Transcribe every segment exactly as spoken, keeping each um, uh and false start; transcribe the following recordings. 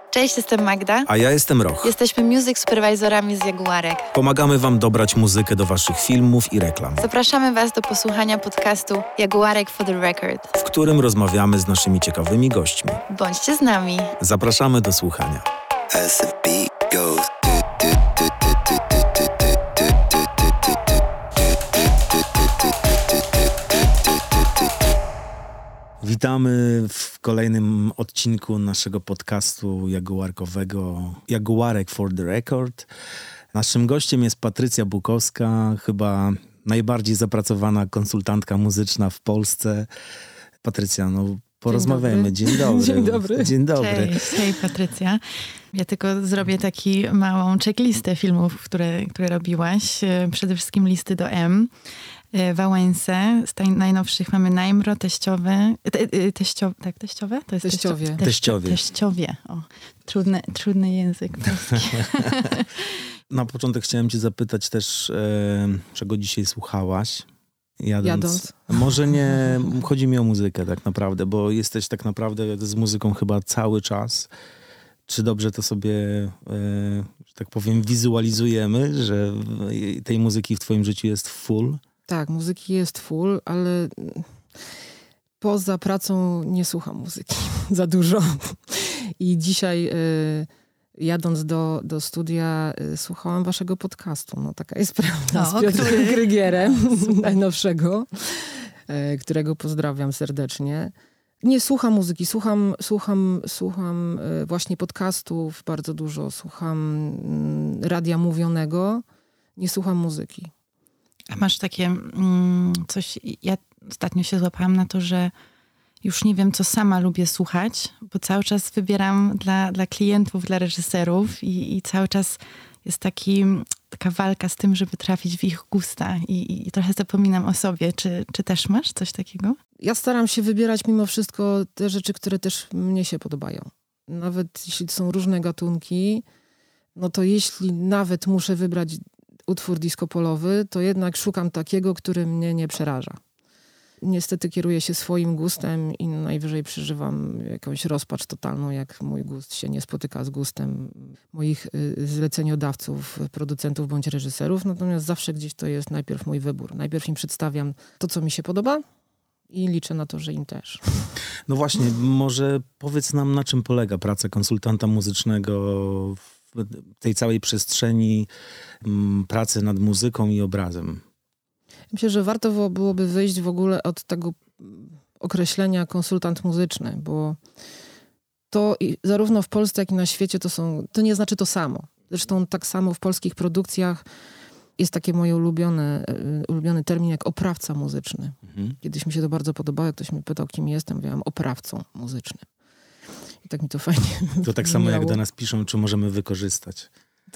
Cześć, jestem Magda. A ja jestem Roch. Jesteśmy music supervisorami z Jaguarek. Pomagamy wam dobrać muzykę do waszych filmów i reklam. Zapraszamy was do posłuchania podcastu Jaguarek for the Record, w którym rozmawiamy z naszymi ciekawymi gośćmi. Bądźcie z nami. Zapraszamy do słuchania. As the beat goes. Witamy w kolejnym odcinku naszego podcastu jaguarkowego Jaguarek for the Record. Naszym gościem jest Patrycja Bukowska, chyba najbardziej zapracowana konsultantka muzyczna w Polsce. Patrycja, no porozmawiajmy. Dzień dobry. Dzień dobry. Dzień dobry. Cześć, hej Patrycja. Ja tylko zrobię taką małą checklistę filmów, które, które robiłaś. Przede wszystkim listy do M. Wałęsę, z najnowszych mamy Najmro, Teściowe, te, teścio, tak, Teściowe? To jest Teściowie. Teścio, Teściowie. Teściowie, o, trudny, trudny język polski. Na początek chciałem cię zapytać też, e, czego dzisiaj słuchałaś? Jadąc. Jadąc. Może nie, chodzi mi o muzykę tak naprawdę, bo jesteś tak naprawdę z muzyką chyba cały czas. Czy dobrze to sobie, e, że tak powiem, wizualizujemy, że tej muzyki w twoim życiu jest full? Tak, muzyki jest full, ale poza pracą nie słucham muzyki za dużo. I dzisiaj y, jadąc do, do studia y, słuchałam waszego podcastu. No taka jest prawda, O, z Piotrem który? Grygierem, najnowszego, y, którego pozdrawiam serdecznie. Nie słucham muzyki, słucham, słucham, słucham y, właśnie podcastów bardzo dużo, słucham y, radia mówionego, nie słucham muzyki. A masz takie mm, coś, ja ostatnio się złapałam na to, że już nie wiem, co sama lubię słuchać, bo cały czas wybieram dla, dla klientów, dla reżyserów i, i cały czas jest taki, taka walka z tym, żeby trafić w ich gusta i, i trochę zapominam o sobie. Czy, czy też masz coś takiego? Ja staram się wybierać mimo wszystko te rzeczy, które też mnie się podobają. Nawet jeśli to są różne gatunki, no to jeśli nawet muszę wybrać utwór disco-polowy, to jednak szukam takiego, który mnie nie przeraża. Niestety kieruję się swoim gustem i najwyżej przeżywam jakąś rozpacz totalną, jak mój gust się nie spotyka z gustem moich zleceniodawców, producentów bądź reżyserów. Natomiast zawsze gdzieś to jest najpierw mój wybór. Najpierw im przedstawiam to, co mi się podoba i liczę na to, że im też. No właśnie, może powiedz nam, na czym polega praca konsultanta muzycznego w tej całej przestrzeni m, pracy nad muzyką i obrazem. Myślę, że warto byłoby wyjść w ogóle od tego określenia konsultant muzyczny, bo to i zarówno w Polsce, jak i na świecie to są, to nie znaczy to samo. Zresztą tak samo w polskich produkcjach jest takie moje ulubione, ulubiony termin jak oprawca muzyczny. Mhm. Kiedyś mi się to bardzo podobało, jak ktoś mnie pytał, kim jestem, mówiłam oprawcą muzycznym. I tak mi to fajnie To tak samo jak do nas piszą, czy możemy wykorzystać.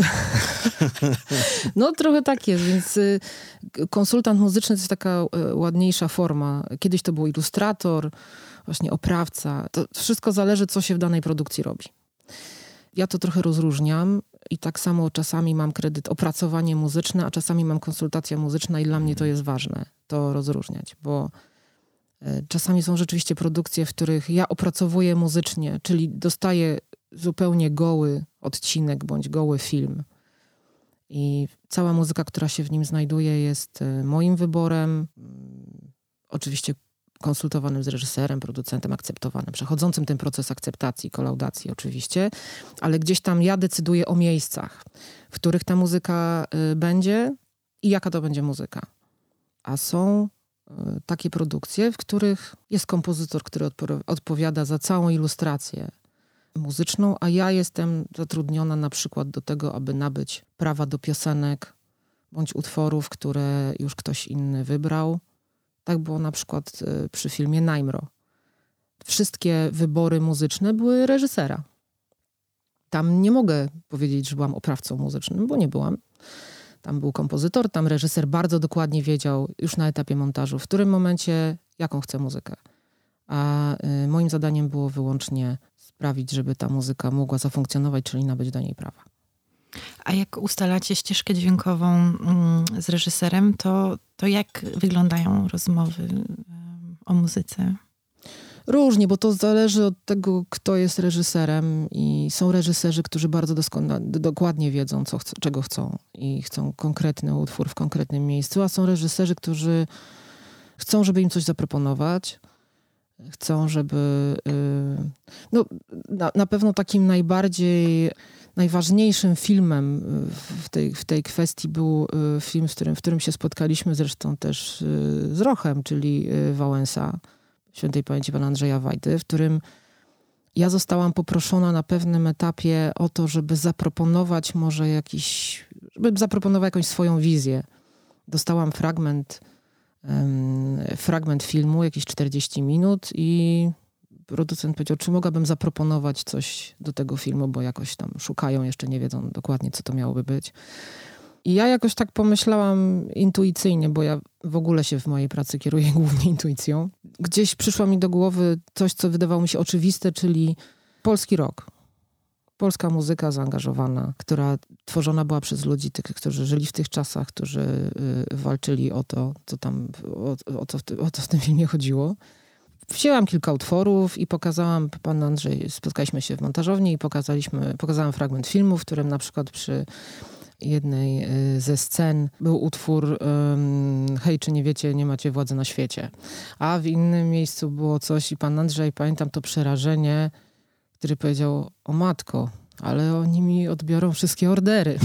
No trochę tak jest, więc y, konsultant muzyczny to jest taka y, ładniejsza forma. Kiedyś to był ilustrator, właśnie oprawca. To wszystko zależy, co się w danej produkcji robi. Ja to trochę rozróżniam i tak samo czasami mam kredyt opracowanie muzyczne, a czasami mam konsultacja muzyczna i dla mnie to jest ważne, to rozróżniać, bo czasami są rzeczywiście produkcje, w których ja opracowuję muzycznie, czyli dostaję zupełnie goły odcinek bądź goły film. I cała muzyka, która się w nim znajduje, jest moim wyborem. Oczywiście konsultowanym z reżyserem, producentem, akceptowanym, przechodzącym ten proces akceptacji, kolaudacji oczywiście, ale gdzieś tam ja decyduję o miejscach, w których ta muzyka będzie i jaka to będzie muzyka. A są takie produkcje, w których jest kompozytor, który odpo- odpowiada za całą ilustrację muzyczną, a ja jestem zatrudniona na przykład do tego, aby nabyć prawa do piosenek bądź utworów, które już ktoś inny wybrał. Tak było na przykład przy filmie Najmro. Wszystkie wybory muzyczne były reżysera. Tam nie mogę powiedzieć, że byłam oprawcą muzycznym, bo nie byłam. Tam był kompozytor, tam reżyser bardzo dokładnie wiedział już na etapie montażu, w którym momencie, jaką chce muzykę. A y, moim zadaniem było wyłącznie sprawić, żeby ta muzyka mogła zafunkcjonować, czyli nabyć do niej prawa. A jak ustalacie ścieżkę dźwiękową mm, z reżyserem, to, to jak wyglądają rozmowy um, o muzyce? Różnie, bo to zależy od tego, kto jest reżyserem i są reżyserzy, którzy bardzo doskona- dokładnie wiedzą, co ch- czego chcą i chcą konkretny utwór w konkretnym miejscu, a są reżyserzy, którzy chcą, żeby im coś zaproponować, chcą, żeby... Yy, no, na, na pewno takim najbardziej, najważniejszym filmem w tej, w tej kwestii był film, z którym, w którym się spotkaliśmy zresztą też z Rochem, czyli Wałęsa, świętej pamięci pana Andrzeja Wajdy, w którym ja zostałam poproszona na pewnym etapie o to, żeby zaproponować może jakiś, żeby zaproponować jakąś swoją wizję. Dostałam fragment, um, fragment filmu, jakieś czterdzieści minut i producent powiedział, czy mogłabym zaproponować coś do tego filmu, bo jakoś tam szukają, jeszcze nie wiedzą dokładnie, co to miałoby być. I ja jakoś tak pomyślałam intuicyjnie, bo ja w ogóle się w mojej pracy kieruję głównie intuicją. Gdzieś przyszło mi do głowy coś, co wydawało mi się oczywiste, czyli polski rock. Polska muzyka zaangażowana, która tworzona była przez ludzi, tych, którzy żyli w tych czasach, którzy y, walczyli o to, co tam, o, o, to, o to w tym filmie chodziło. Wzięłam kilka utworów i pokazałam, pan Andrzej, spotkaliśmy się w montażowni i pokazaliśmy, pokazałam fragment filmu, w którym na przykład przy jednej ze scen był utwór um, hej, czy nie wiecie, nie macie władzy na świecie. A w innym miejscu było coś i pan Andrzej, pamiętam to przerażenie, który powiedział, o matko, ale oni mi odbiorą wszystkie ordery.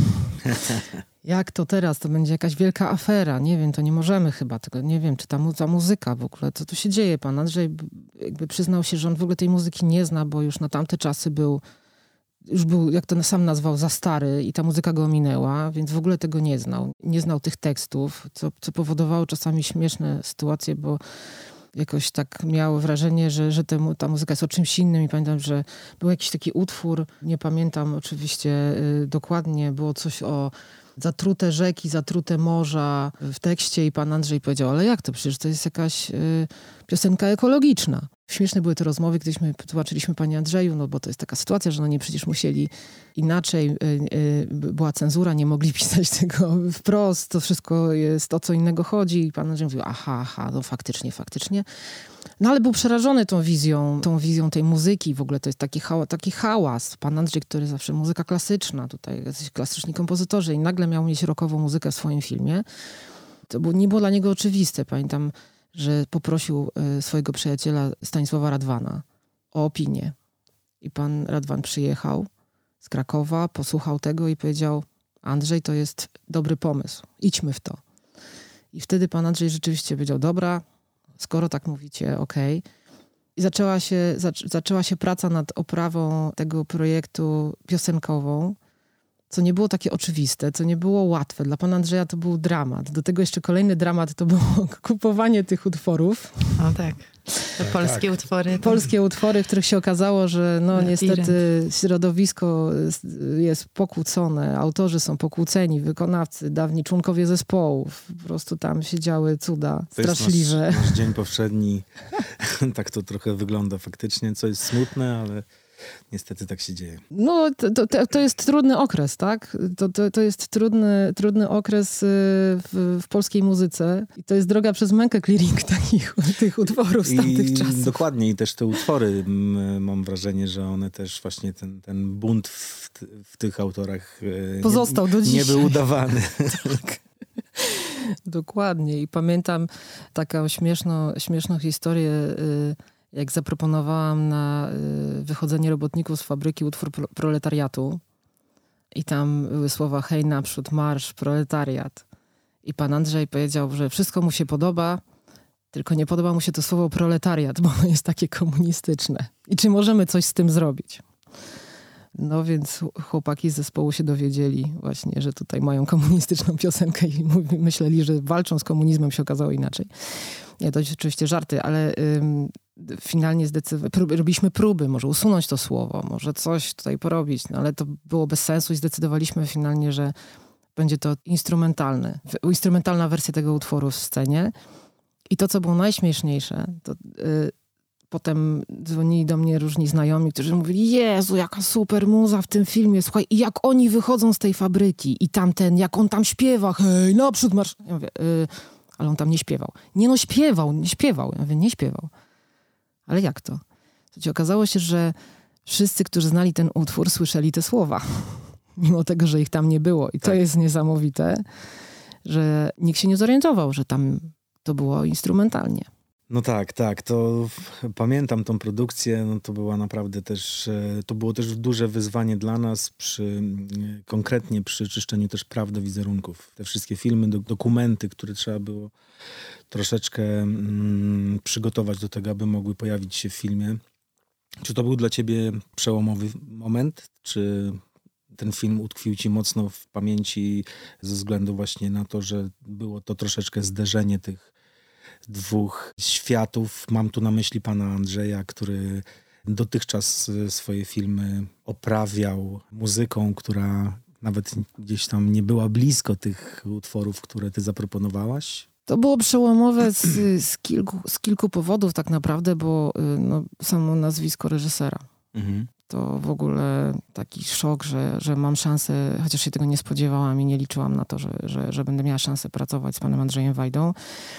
Jak to teraz? To będzie jakaś wielka afera. Nie wiem, to nie możemy chyba tego. Nie wiem, czy ta, mu- ta muzyka w ogóle, co tu się dzieje? Pan Andrzej jakby przyznał się, że on w ogóle tej muzyki nie zna, bo już na tamte czasy był już był, jak to sam nazwał, za stary i ta muzyka go ominęła, więc w ogóle tego nie znał. Nie znał tych tekstów, co, co powodowało czasami śmieszne sytuacje, bo jakoś tak miał wrażenie, że, że te, ta muzyka jest o czymś innym i pamiętam, że był jakiś taki utwór, nie pamiętam oczywiście y, dokładnie, było coś o zatrute rzeki, zatrute morza w tekście i pan Andrzej powiedział, ale jak to? Przecież to jest jakaś y, piosenka ekologiczna. Śmieszne były te rozmowy, gdyśmy my tłumaczyliśmy pani Andrzeju, no bo to jest taka sytuacja, że oni przecież musieli inaczej, y, y, była cenzura, nie mogli pisać tego wprost, to wszystko jest, o co innego chodzi. I pan Andrzej mówił, aha, aha, no faktycznie, faktycznie. No ale był przerażony tą wizją, tą wizją tej muzyki. W ogóle to jest taki, hała, taki hałas. Pan Andrzej, który zawsze muzyka klasyczna, tutaj jacyś klasyczni kompozytorzy i nagle miał mieć rockową muzykę w swoim filmie. To było, nie było dla niego oczywiste. Pamiętam, że poprosił y, swojego przyjaciela Stanisława Radwana o opinię. I pan Radwan przyjechał z Krakowa, posłuchał tego i powiedział, Andrzej, to jest dobry pomysł, idźmy w to. I wtedy pan Andrzej rzeczywiście powiedział, dobra, skoro tak mówicie, okej. Okay. I zaczęła się, zac- zaczęła się praca nad oprawą tego projektu piosenkową, co nie było takie oczywiste, co nie było łatwe. Dla pana Andrzeja to był dramat. Do tego jeszcze kolejny dramat to było kupowanie tych utworów. O tak. Te polskie tak. utwory. Polskie utwory, w których się okazało, że no niestety środowisko jest pokłócone, autorzy są pokłóceni, wykonawcy, dawni członkowie zespołów. Po prostu tam się działy cuda to straszliwe. Jest nasz, nasz dzień powszedni. Tak to trochę wygląda faktycznie, co jest smutne, ale niestety tak się dzieje. No, to, to, to jest trudny okres, tak? To, to, to jest trudny, trudny okres w, w polskiej muzyce. I to jest droga przez mękę clearing takich tych utworów z tamtych I czasów. Dokładnie. I też te utwory, mam wrażenie, że one też właśnie ten, ten bunt w, w tych autorach pozostał nie, do dzisiaj. Nie był udawany. Tak. Dokładnie. I pamiętam taką śmieszną, śmieszną historię, jak zaproponowałam na wychodzenie robotników z fabryki utwór proletariatu i tam były słowa hej naprzód, marsz, proletariat. I pan Andrzej powiedział, że wszystko mu się podoba, tylko nie podoba mu się to słowo proletariat, bo ono jest takie komunistyczne. I czy możemy coś z tym zrobić? No więc chłopaki z zespołu się dowiedzieli właśnie, że tutaj mają komunistyczną piosenkę i myśleli, że walczą z komunizmem, się okazało inaczej. Nie, to oczywiście żarty, ale ym, finalnie zdecydowa- prób- robiliśmy próby, może usunąć to słowo, może coś tutaj porobić, no ale to było bez sensu i zdecydowaliśmy finalnie, że będzie to instrumentalny, instrumentalna wersja tego utworu w scenie. I to, co było najśmieszniejsze, to yy, potem dzwonili do mnie różni znajomi, którzy mówili, Jezu, jaka super muza w tym filmie, słuchaj, i jak oni wychodzą z tej fabryki i tamten, jak on tam śpiewa, hej, naprzód marsz. Ja mówię, yy, ale on tam nie śpiewał. Nie no, śpiewał, nie śpiewał. Ja mówię, nie śpiewał. Ale jak to? Słuchajcie, okazało się, że wszyscy, którzy znali ten utwór, słyszeli te słowa. Mimo tego, że ich tam nie było. I to tak. jest niesamowite, że nikt się nie zorientował, że tam to było instrumentalnie. No tak, tak, to w, pamiętam tą produkcję, no to była naprawdę też, e, to było też duże wyzwanie dla nas przy, e, konkretnie przy czyszczeniu też praw do wizerunków. Te wszystkie filmy, do, dokumenty, które trzeba było troszeczkę mm, przygotować do tego, aby mogły pojawić się w filmie. Czy to był dla ciebie przełomowy moment, czy ten film utkwił ci mocno w pamięci ze względu właśnie na to, że było to troszeczkę zderzenie tych dwóch światów. Mam tu na myśli pana Andrzeja, który dotychczas swoje filmy oprawiał muzyką, która nawet gdzieś tam nie była blisko tych utworów, które ty zaproponowałaś. To było przełomowe z, z, kilku, z kilku powodów tak naprawdę, bo no, samo nazwisko reżysera. Mhm. To w ogóle taki szok, że, że mam szansę, chociaż się tego nie spodziewałam i nie liczyłam na to, że, że, że będę miała szansę pracować z panem Andrzejem Wajdą.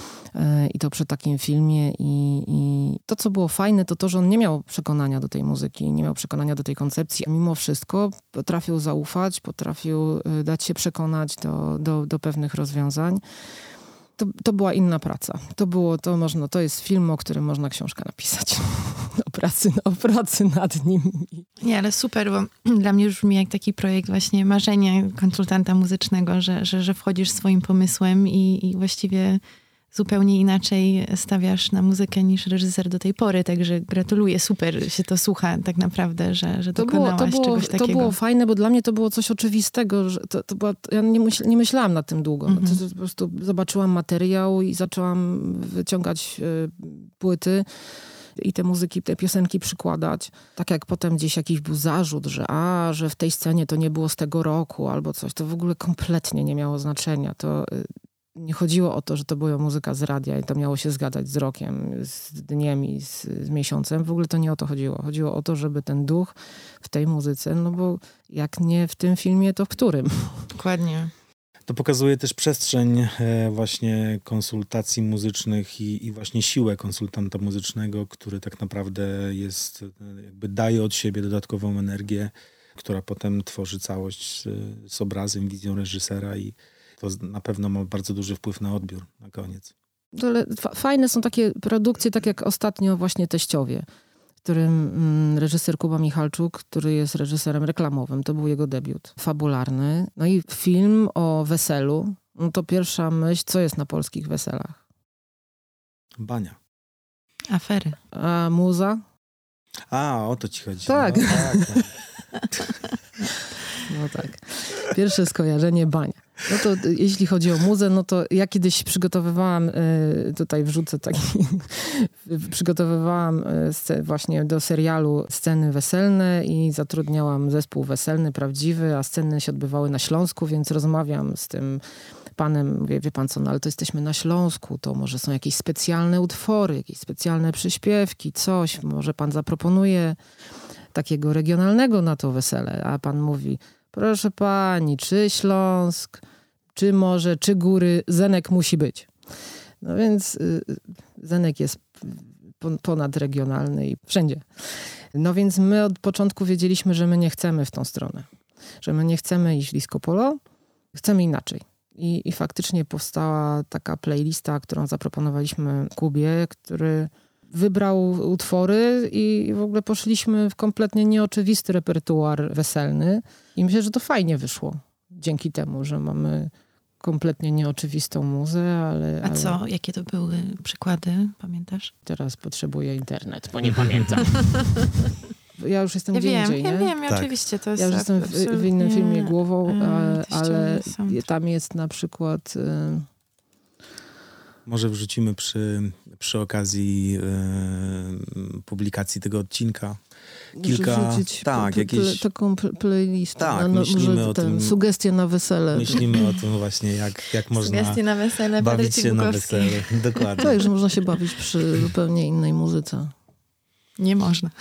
I to przy takim filmie. I, I to, co było fajne, to to, że on nie miał przekonania do tej muzyki, nie miał przekonania do tej koncepcji, a mimo wszystko potrafił zaufać, potrafił dać się przekonać do, do, do pewnych rozwiązań. To, to była inna praca. To było, to można, to jest film, o którym można książkę napisać. o, pracy, o pracy nad nim. Nie, ale super, bo dla mnie już brzmi jak taki projekt właśnie marzenia konsultanta muzycznego, że, że, że wchodzisz swoim pomysłem i, i właściwie zupełnie inaczej stawiasz na muzykę niż reżyser do tej pory, także gratuluję, super się to słucha tak naprawdę, że, że to dokonałaś było, to było, czegoś takiego. To było fajne, bo dla mnie to było coś oczywistego, że to, to była, ja nie, myśl, nie myślałam nad tym długo. Mm-hmm. To, to po prostu zobaczyłam materiał i zaczęłam wyciągać y, płyty i te muzyki, te piosenki przykładać. Tak jak potem gdzieś jakiś był zarzut, że a, że w tej scenie to nie było z tego roku albo coś, to w ogóle kompletnie nie miało znaczenia. To y, nie chodziło o to, że to była muzyka z radia i to miało się zgadzać z rokiem, z dniem i z, z miesiącem. W ogóle to nie o to chodziło. Chodziło o to, żeby ten duch w tej muzyce, no bo jak nie w tym filmie, to w którym? Dokładnie. To pokazuje też przestrzeń właśnie konsultacji muzycznych i, i właśnie siłę konsultanta muzycznego, który tak naprawdę jest, jakby daje od siebie dodatkową energię, która potem tworzy całość z, z obrazem, wizją reżysera i to na pewno ma bardzo duży wpływ na odbiór na koniec. Ale fajne są takie produkcje, tak jak ostatnio właśnie Teściowie, w którym mm, reżyser Kuba Michalczuk, który jest reżyserem reklamowym, to był jego debiut fabularny. No i film o weselu, no to pierwsza myśl, co jest na polskich weselach? Bania. Afery. A muza? A, o to ci chodzi. Tak. No tak, tak. No tak. Pierwsze skojarzenie bania. No to jeśli chodzi o muzę, no to ja kiedyś przygotowywałam, y, tutaj wrzucę taki, przygotowywałam y, właśnie do serialu sceny weselne i zatrudniałam zespół weselny, prawdziwy, a sceny się odbywały na Śląsku, więc rozmawiam z tym panem, mówię, wie pan co, no ale to jesteśmy na Śląsku, to może są jakieś specjalne utwory, jakieś specjalne przyśpiewki, coś, może pan zaproponuje takiego regionalnego na to wesele, a pan mówi, proszę pani, czy Śląsk, czy morze, czy góry, Zenek musi być. No więc y, Zenek jest ponadregionalny i wszędzie. No więc my od początku wiedzieliśmy, że my nie chcemy w tą stronę. Że my nie chcemy iść disco polo, chcemy inaczej. I, i faktycznie powstała taka playlista, którą zaproponowaliśmy Kubie, który wybrał utwory i w ogóle poszliśmy w kompletnie nieoczywisty repertuar weselny. I myślę, że to fajnie wyszło. Dzięki temu, że mamy kompletnie nieoczywistą muzę, ale... A ale... co? Jakie to były przykłady? Pamiętasz? Teraz potrzebuję internet, bo nie pamiętam. Ja już jestem ja gdzie wiem, indziej, ja nie? wiem, Tak. oczywiście. To jest Ja już jestem w, w innym filmie głową, a, ale tam jest na przykład... Y... Może wrzucimy przy, przy okazji y, publikacji tego odcinka kilka... Wrzucić tak, p- jakieś... p- taką p- playlistę. Tak, no, myślimy może o ten, tym... Sugestie na wesele. Myślimy o tym właśnie, jak, jak można Sugestie na wesele, bawić się na Bukowskiej. wesele. Dokładnie. Tak, że można się bawić przy zupełnie innej muzyce. Nie można.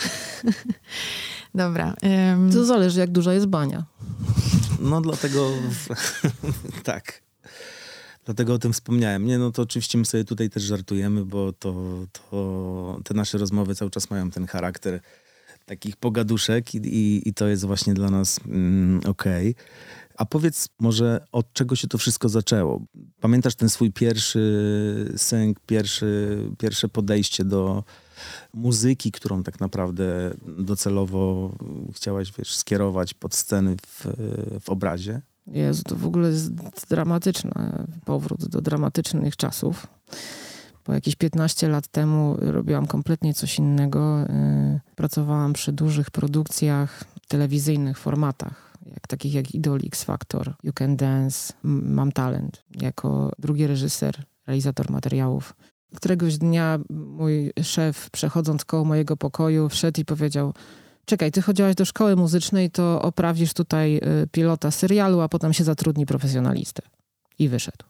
Dobra. Um... To zależy, jak duża jest bania. No dlatego... tak. Dlatego o tym wspomniałem. Nie, no to oczywiście my sobie tutaj też żartujemy, bo to, to te nasze rozmowy cały czas mają ten charakter takich pogaduszek i, i, i to jest właśnie dla nas mm, okej. Okay. A powiedz może, od czego się to wszystko zaczęło? Pamiętasz ten swój pierwszy sęk, pierwszy, pierwsze podejście do muzyki, którą tak naprawdę docelowo chciałaś, wiesz, skierować pod sceny w, w obrazie? Jezu, to w ogóle jest dramatyczny powrót do dramatycznych czasów. Bo jakieś piętnaście lat temu robiłam kompletnie coś innego. Pracowałam przy dużych produkcjach, telewizyjnych formatach, jak, takich jak Idol, X Factor, You Can Dance, Mam Talent. Jako drugi reżyser, realizator materiałów. Któregoś dnia mój szef, przechodząc koło mojego pokoju, wszedł i powiedział: czekaj, ty chodziłaś do szkoły muzycznej, to oprawisz tutaj pilota serialu, a potem się zatrudni profesjonalistę. I wyszedł.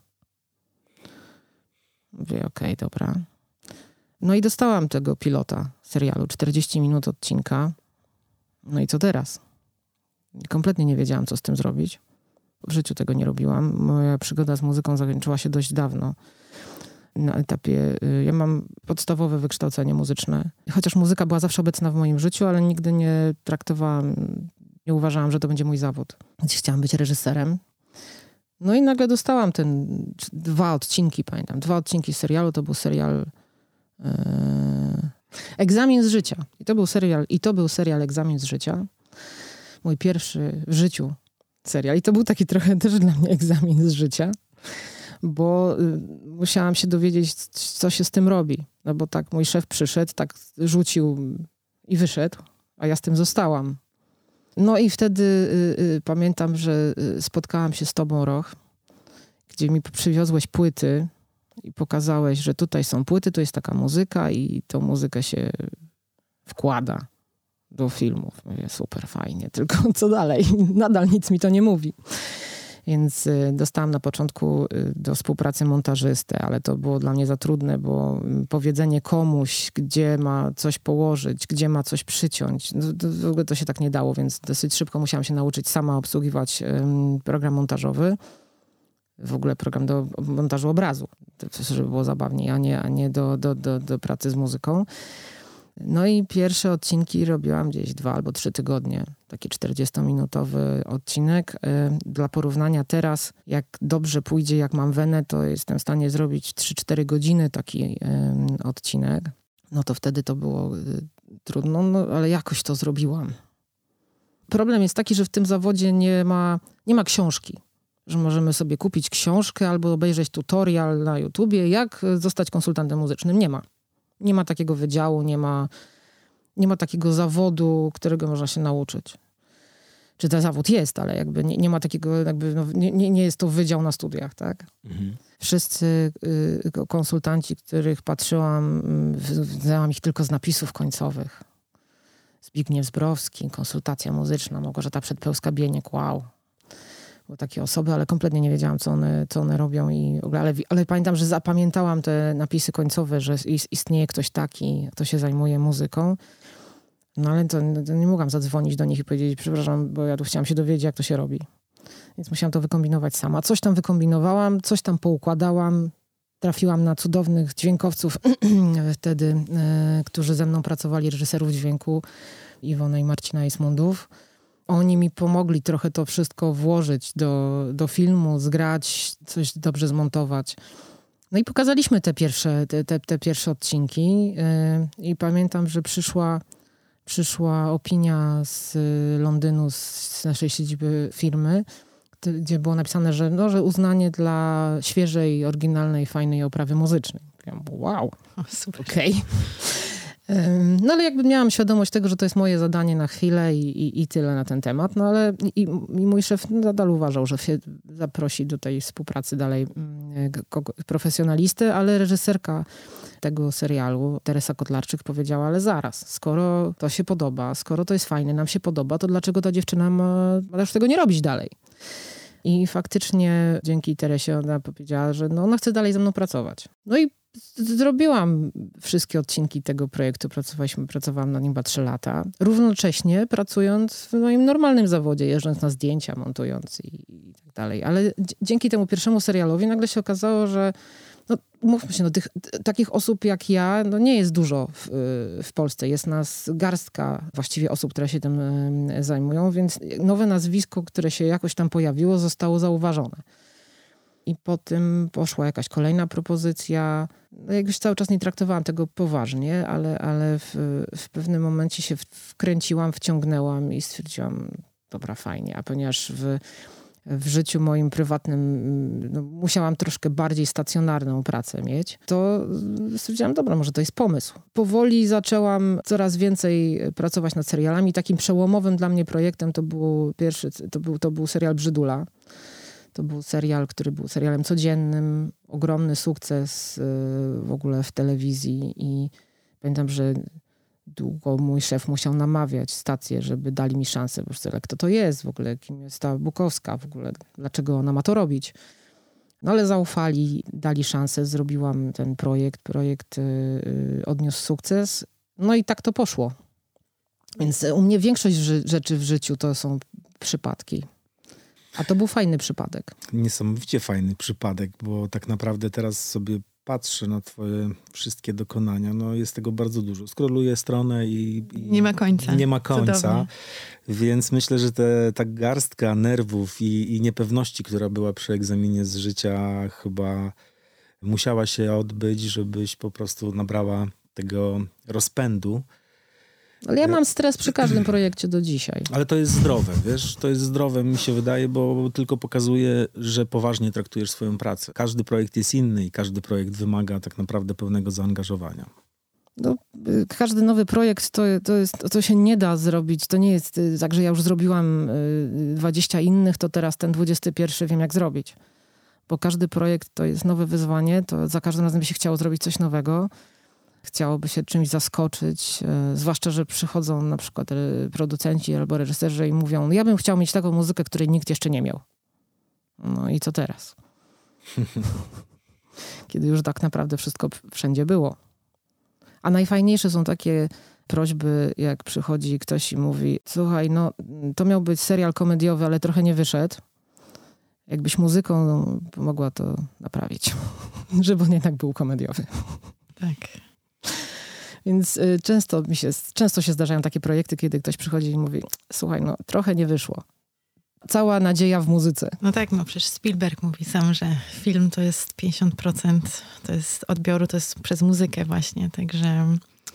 Mówię, okej, okay, dobra. No i dostałam tego pilota serialu, czterdzieści minut odcinka. No i co teraz? Kompletnie nie wiedziałam, co z tym zrobić. W życiu tego nie robiłam. Moja przygoda z muzyką zakończyła się dość dawno. Na etapie, ja mam podstawowe wykształcenie muzyczne. Chociaż muzyka była zawsze obecna w moim życiu, ale nigdy nie traktowałam, nie uważałam, że to będzie mój zawód. Więc chciałam być reżyserem. No i nagle dostałam ten dwa odcinki, pamiętam. Dwa odcinki serialu, to był serial e, Egzamin z życia. I to był serial, i to był serial Egzamin z życia. Mój pierwszy w życiu serial. I to był taki trochę też dla mnie egzamin z życia. Bo y, musiałam się dowiedzieć, co się z tym robi. No bo tak mój szef przyszedł, tak rzucił i wyszedł, a ja z tym zostałam. No i wtedy y, y, pamiętam, że y, spotkałam się z tobą, Roch, gdzie mi przywiozłeś płyty i pokazałeś, że tutaj są płyty, tu jest taka muzyka i tą muzykę się wkłada do filmów. Mówię, super, fajnie, tylko co dalej? Nadal nic mi to nie mówi. Więc y, dostałam na początku y, do współpracy montażystę, ale to było dla mnie za trudne, bo y, powiedzenie komuś, gdzie ma coś położyć, gdzie ma coś przyciąć, no, to, w ogóle to się tak nie dało, więc dosyć szybko musiałam się nauczyć sama obsługiwać y, program montażowy. W ogóle program do montażu obrazu, żeby było zabawniej, a nie, a nie do, do, do, do pracy z muzyką. No i pierwsze odcinki robiłam gdzieś dwa albo trzy tygodnie. Taki czterdziestominutowy odcinek. Dla porównania teraz, jak dobrze pójdzie, jak mam wenę, to jestem w stanie zrobić trzy cztery godziny taki odcinek. No to wtedy to było trudno, no ale jakoś to zrobiłam. Problem jest taki, że w tym zawodzie nie ma, nie ma książki. Że możemy sobie kupić książkę albo obejrzeć tutorial na YouTubie, jak zostać konsultantem muzycznym. Nie ma. Nie ma takiego wydziału, nie ma, nie ma takiego zawodu, którego można się nauczyć. Czy ten zawód jest, ale jakby nie, nie ma takiego, jakby no, nie, nie jest to wydział na studiach, tak? Mhm. Wszyscy y, konsultanci, których patrzyłam, znałam ich tylko z napisów końcowych. Zbigniew Zbrowski, konsultacja muzyczna, Małgorzata Przedpełska-Bieniek, wow. Były takie osoby, ale kompletnie nie wiedziałam, co one, co one robią. I, ale, ale pamiętam, że zapamiętałam te napisy końcowe, że istnieje ktoś taki, kto się zajmuje muzyką. No ale to, to nie mogłam zadzwonić do nich i powiedzieć, przepraszam, bo ja tu chciałam się dowiedzieć, jak to się robi. Więc musiałam to wykombinować sama. Coś tam wykombinowałam, coś tam poukładałam. Trafiłam na cudownych dźwiękowców wtedy, e, którzy ze mną pracowali, reżyserów dźwięku, Iwonę i Marcina Ismundów. Oni mi pomogli trochę to wszystko włożyć do, do filmu, zgrać, coś dobrze zmontować. No i pokazaliśmy te pierwsze, te, te, te pierwsze odcinki yy, i pamiętam, że przyszła, przyszła opinia z Londynu, z naszej siedziby firmy, gdzie było napisane, że, no, że uznanie dla świeżej, oryginalnej, fajnej oprawy muzycznej. Ja mówię, wow, super. Okej. Okay. No ale jakby miałam świadomość tego, że to jest moje zadanie na chwilę i, i, i tyle na ten temat. No ale i, i mój szef nadal uważał, że się zaprosi do tej współpracy dalej profesjonalisty, ale reżyserka tego serialu, Teresa Kotlarczyk, powiedziała, ale zaraz, skoro to się podoba, skoro to jest fajne, nam się podoba, to dlaczego ta dziewczyna ma, ma też tego nie robić dalej? I faktycznie dzięki Teresie ona powiedziała, że no, ona chce dalej ze mną pracować. No i zrobiłam wszystkie odcinki tego projektu, pracowaliśmy, pracowałam na nim chyba trzy lata, równocześnie pracując w moim normalnym zawodzie, jeżdżąc na zdjęcia, montując i, i tak tak dalej. Ale d- dzięki temu pierwszemu serialowi nagle się okazało, że no, mówmy się, no, tych, t- takich osób jak ja no, nie jest dużo w, w Polsce. Jest nas garstka właściwie osób, które się tym y, zajmują, więc nowe nazwisko, które się jakoś tam pojawiło, zostało zauważone. I po tym poszła jakaś kolejna propozycja. No, jakoś cały czas nie traktowałam tego poważnie, ale, ale w, w pewnym momencie się wkręciłam, wciągnęłam i stwierdziłam, dobra, fajnie. A ponieważ w, w życiu moim prywatnym no, musiałam troszkę bardziej stacjonarną pracę mieć, to stwierdziłam, dobra, może to jest pomysł. Powoli zaczęłam coraz więcej pracować nad serialami. Takim przełomowym dla mnie projektem to był pierwszy, to był, to był serial Brzydula. To był serial, który był serialem codziennym, ogromny sukces y, w ogóle w telewizji i pamiętam, że długo mój szef musiał namawiać stację, żeby dali mi szansę. Bo jak kto to jest w ogóle, kim jest ta Bukowska w ogóle, dlaczego ona ma to robić. No ale zaufali, dali szansę, zrobiłam ten projekt, projekt y, y, odniósł sukces. No i tak to poszło. Więc u mnie większość ży- rzeczy w życiu to są przypadki. A to był fajny przypadek. Niesamowicie fajny przypadek, bo tak naprawdę teraz sobie patrzę na twoje wszystkie dokonania. No jest tego bardzo dużo. Skroluję stronę i, i nie ma końca. Nie ma końca. Cudownie. Więc myślę, że te, ta garstka nerwów i, i niepewności, która była przy egzaminie z życia, chyba musiała się odbyć, żebyś po prostu nabrała tego rozpędu. Ale ja mam stres przy każdym projekcie do dzisiaj. Ale to jest zdrowe, wiesz? To jest zdrowe, mi się wydaje, bo tylko pokazuje, że poważnie traktujesz swoją pracę. Każdy projekt jest inny i każdy projekt wymaga tak naprawdę pełnego zaangażowania. No, każdy nowy projekt to, to, jest, to się nie da zrobić. To nie jest tak, że ja już zrobiłam dwadzieścia innych, to teraz ten dwudziesty pierwszy wiem jak zrobić. Bo każdy projekt to jest nowe wyzwanie, to za każdym razem by się chciało zrobić coś nowego. Chciałoby się czymś zaskoczyć, e, zwłaszcza, że przychodzą na przykład e, producenci albo reżyserzy i mówią, no ja bym chciał mieć taką muzykę, której nikt jeszcze nie miał. No i co teraz? Kiedy już tak naprawdę wszystko wszędzie było. A najfajniejsze są takie prośby, jak przychodzi ktoś i mówi, słuchaj, no to miał być serial komediowy, ale trochę nie wyszedł. Jakbyś muzyką no, pomogła to naprawić. Żeby on jednak był komediowy. Tak. Więc y, często, mi się, często się zdarzają takie projekty, kiedy ktoś przychodzi i mówi, słuchaj, no trochę nie wyszło. Cała nadzieja w muzyce. No tak, no przecież Spielberg mówi sam, że film to jest pięćdziesiąt procent to jest odbioru, to jest przez muzykę właśnie, także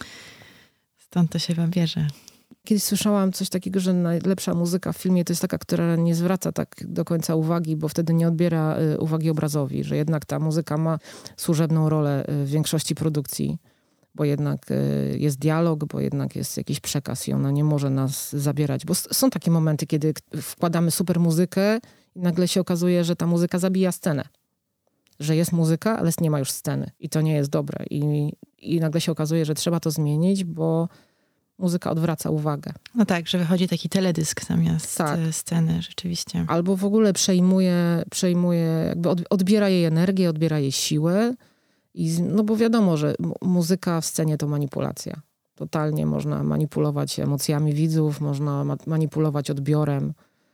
stąd to się chyba bierze. Kiedyś słyszałam coś takiego, że najlepsza muzyka w filmie to jest taka, która nie zwraca tak do końca uwagi, bo wtedy nie odbiera y, uwagi obrazowi, że jednak ta muzyka ma służebną rolę y, w większości produkcji. Bo jednak y, jest dialog, bo jednak jest jakiś przekaz i ona nie może nas zabierać. Bo s- są takie momenty, kiedy wkładamy super muzykę i nagle się okazuje, że ta muzyka zabija scenę. Że jest muzyka, ale nie ma już sceny. I to nie jest dobre. I, i nagle się okazuje, że trzeba to zmienić, bo muzyka odwraca uwagę. No tak, że wychodzi taki teledysk zamiast Tak. sceny, rzeczywiście. Albo w ogóle przejmuje, przejmuje jakby od, odbiera jej energię, odbiera jej siłę. I, z- no bo wiadomo, że mu- muzyka w scenie to manipulacja. Totalnie można manipulować emocjami widzów, można ma- manipulować odbiorem.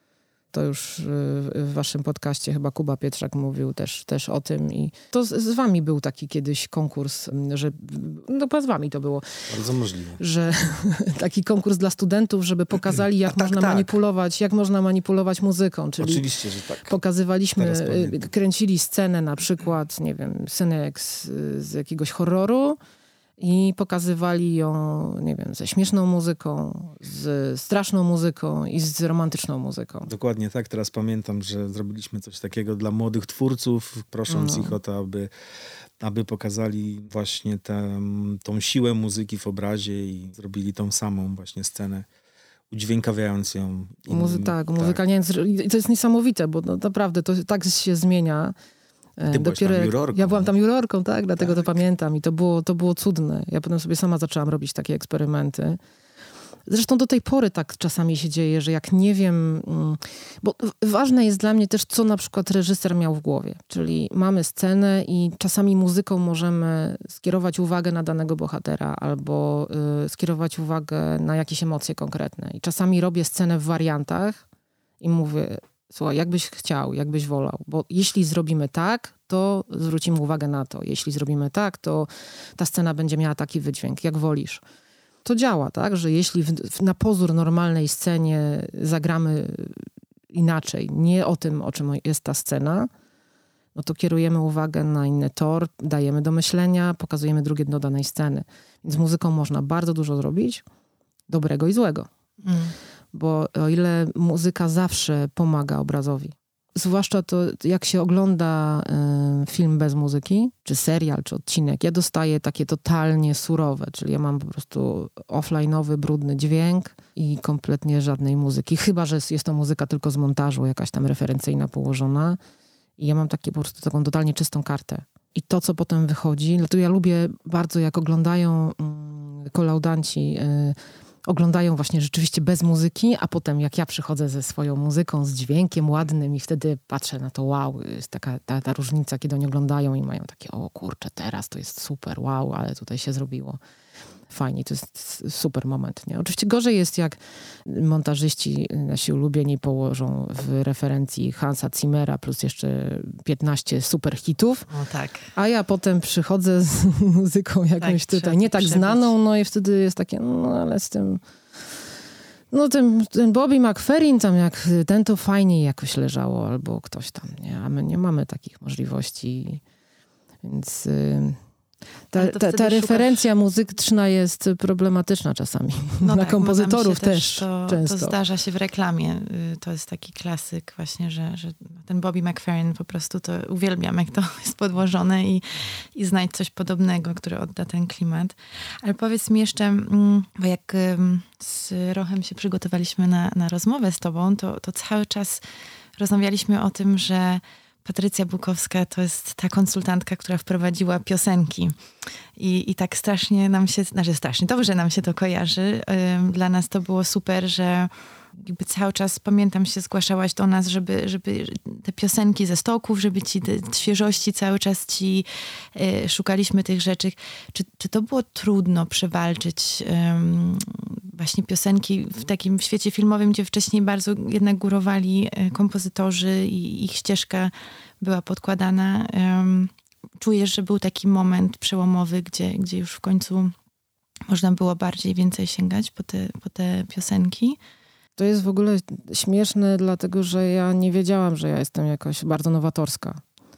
To już y, w waszym podcaście chyba Kuba Pietrzak mówił też, też o tym. I to z, z wami był taki kiedyś konkurs, m, że no chyba z wami to było, Bardzo możliwe. że taki konkurs dla studentów, żeby pokazali, jak A tak, można tak. manipulować, jak można manipulować muzyką. Czyli Oczywiście, że tak. pokazywaliśmy, Teraz y, pamiętam. kręcili scenę na przykład, nie wiem, scenę jak z, z jakiegoś horroru i pokazywali ją, nie wiem, ze śmieszną muzyką, z straszną muzyką i z romantyczną muzyką. Dokładnie tak. Teraz pamiętam, że zrobiliśmy coś takiego dla młodych twórców, prosząc No. ich o to, aby, aby pokazali właśnie tę, tą siłę muzyki w obrazie i zrobili tą samą właśnie scenę, udźwiękawiając ją. innym. Muzy- tak, muzykalnie. I to jest niesamowite, bo no, naprawdę to tak się zmienia. E, Ty byłaś tam jak- jurorką. Ja byłam tam jurorką, tak, dlatego Tak. to pamiętam. I to było, to było cudne. Ja potem sobie sama zaczęłam robić takie eksperymenty. Zresztą do tej pory tak czasami się dzieje, że jak nie wiem... mm, Bo w- ważne jest dla mnie też, co na przykład reżyser miał w głowie. Czyli mamy scenę i czasami muzyką możemy skierować uwagę na danego bohatera albo y, skierować uwagę na jakieś emocje konkretne. I czasami robię scenę w wariantach i mówię, słuchaj, jakbyś chciał, jakbyś wolał, bo jeśli zrobimy tak, to zwrócimy uwagę na to. Jeśli zrobimy tak, to ta scena będzie miała taki wydźwięk, jak wolisz. To działa, tak, że jeśli w, w, na pozór normalnej scenie zagramy inaczej, nie o tym, o czym jest ta scena, no to kierujemy uwagę na inny tor, dajemy do myślenia, pokazujemy drugie dno danej sceny. Więc muzyką można bardzo dużo zrobić, dobrego i złego. Mm. Bo o ile muzyka zawsze pomaga obrazowi, zwłaszcza to, jak się ogląda y, film bez muzyki, czy serial, czy odcinek, ja dostaję takie totalnie surowe, czyli ja mam po prostu offline'owy, brudny dźwięk i kompletnie żadnej muzyki. Chyba że jest to muzyka tylko z montażu, jakaś tam referencyjna położona. I ja mam takie po prostu taką totalnie czystą kartę. I to, co potem wychodzi, dlatego ja lubię bardzo, jak oglądają mm, kolaudanci, y, oglądają właśnie rzeczywiście bez muzyki, a potem jak ja przychodzę ze swoją muzyką, z dźwiękiem ładnym i wtedy patrzę na to, wow, jest taka ta, ta różnica, kiedy oni oglądają i mają takie, o kurczę, teraz to jest super, wow, ale tutaj się zrobiło fajnie, to jest super moment, nie? Oczywiście gorzej jest, jak montażyści nasi ulubieni położą w referencji Hansa Zimmera plus jeszcze piętnaście super hitów, o, tak. A ja potem przychodzę z muzyką jakąś tak, tutaj nie tak przebić. Znaną, no i wtedy jest takie, no ale z tym no ten, ten Bobby McFerrin tam jak ten to fajniej jakoś leżało albo ktoś tam, nie? A my nie mamy takich możliwości, więc... Yy... Ta, ta, ta referencja szukasz... muzyczna jest problematyczna czasami. No dla tak, kompozytorów też, też to, często. To zdarza się w reklamie. To jest taki klasyk właśnie, że, że ten Bobby McFerrin po prostu to uwielbiam, jak to jest podłożone i, i znajdź coś podobnego, które odda ten klimat. Ale powiedz mi jeszcze, bo jak z Rochem się przygotowaliśmy na, na rozmowę z tobą, to, to cały czas rozmawialiśmy o tym, że Patrycja Bukowska to jest ta konsultantka, która wprowadziła piosenki. I, i tak strasznie nam się, znaczy strasznie, dobrze nam się to kojarzy. Dla nas to było super, że jakby cały czas, pamiętam, się zgłaszałaś do nas, żeby, żeby te piosenki ze stoków, żeby ci te świeżości cały czas ci y, szukaliśmy tych rzeczy. Czy, czy to było trudno przewalczyć um, właśnie piosenki w takim świecie filmowym, gdzie wcześniej bardzo jednak górowali y, kompozytorzy i ich ścieżka była podkładana? Um, czujesz, że był taki moment przełomowy, gdzie, gdzie już w końcu można było bardziej, więcej sięgać po te, po te piosenki? To jest w ogóle śmieszne, dlatego że ja nie wiedziałam, że ja jestem jakoś bardzo nowatorska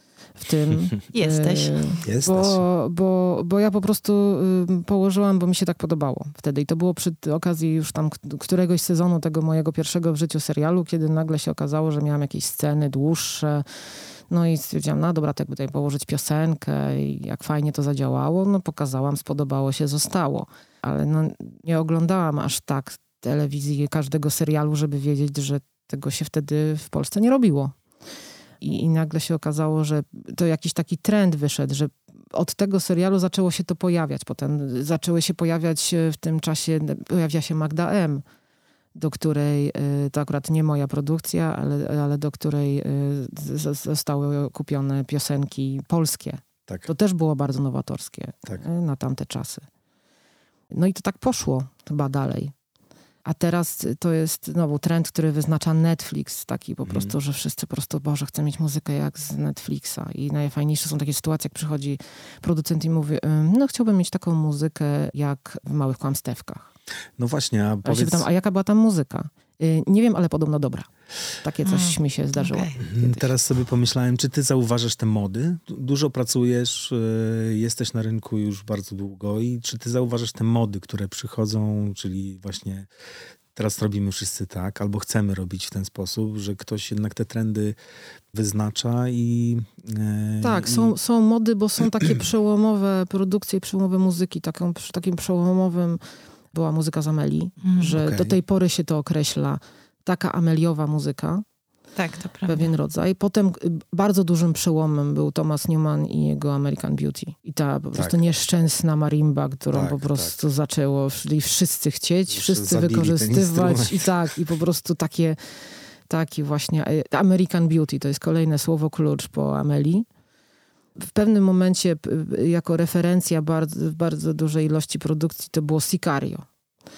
w tym. Jesteś. E, Jesteś. Bo, bo, bo ja po prostu y, położyłam, bo mi się tak podobało wtedy. I to było przy okazji już tam któregoś sezonu tego mojego pierwszego w życiu serialu, kiedy nagle się okazało, że miałam jakieś sceny dłuższe. No i stwierdziłam, no dobra, to jakby tutaj położyć piosenkę i jak fajnie to zadziałało, no pokazałam, spodobało się, zostało. Ale no, nie oglądałam aż tak telewizji, każdego serialu, żeby wiedzieć, że tego się wtedy w Polsce nie robiło. I, i nagle się okazało, że to jakiś taki trend wyszedł, że od tego serialu zaczęło się to pojawiać. Potem zaczęły się pojawiać w tym czasie, pojawia się Magda M., do której, to akurat nie moja produkcja, ale, ale do której zostały kupione piosenki polskie. Tak. To też było bardzo nowatorskie tak. na tamte czasy. No i to tak poszło chyba dalej. A teraz to jest znowu trend, który wyznacza Netflix, taki po mm. prostu, że wszyscy po prostu, Boże, chcę mieć muzykę jak z Netflixa. I najfajniejsze są takie sytuacje, jak przychodzi producent i mówi, no chciałbym mieć taką muzykę jak w Małych Kłamstewkach. No właśnie, a powiedz... Ja się pytam, a jaka była tam muzyka? Yy, nie wiem, ale podobno dobra. Takie coś mm. mi się zdarzyło. Okay. Teraz sobie pomyślałem, czy ty zauważasz te mody? Dużo pracujesz, yy, jesteś na rynku już bardzo długo i czy ty zauważasz te mody, które przychodzą, czyli właśnie teraz robimy wszyscy tak, albo chcemy robić w ten sposób, że ktoś jednak te trendy wyznacza i... Yy, tak, i... Są, są mody, bo są takie przełomowe produkcje, przełomowe muzyki. Taką, takim przełomowym była muzyka z Ameli, mm. że okay. do tej pory się to określa. Taka ameliowa muzyka. Tak, to prawda. Pewien rodzaj. Potem bardzo dużym przełomem był Thomas Newman i jego American Beauty. I ta po tak. prostu nieszczęsna marimba, którą tak, po prostu tak. zaczęło wszyscy chcieć, wszyscy wykorzystywać. I tak, i po prostu takie, taki właśnie American Beauty, to jest kolejne słowo klucz po Ameli. W pewnym momencie jako referencja bardzo, w bardzo dużej ilości produkcji to było Sicario.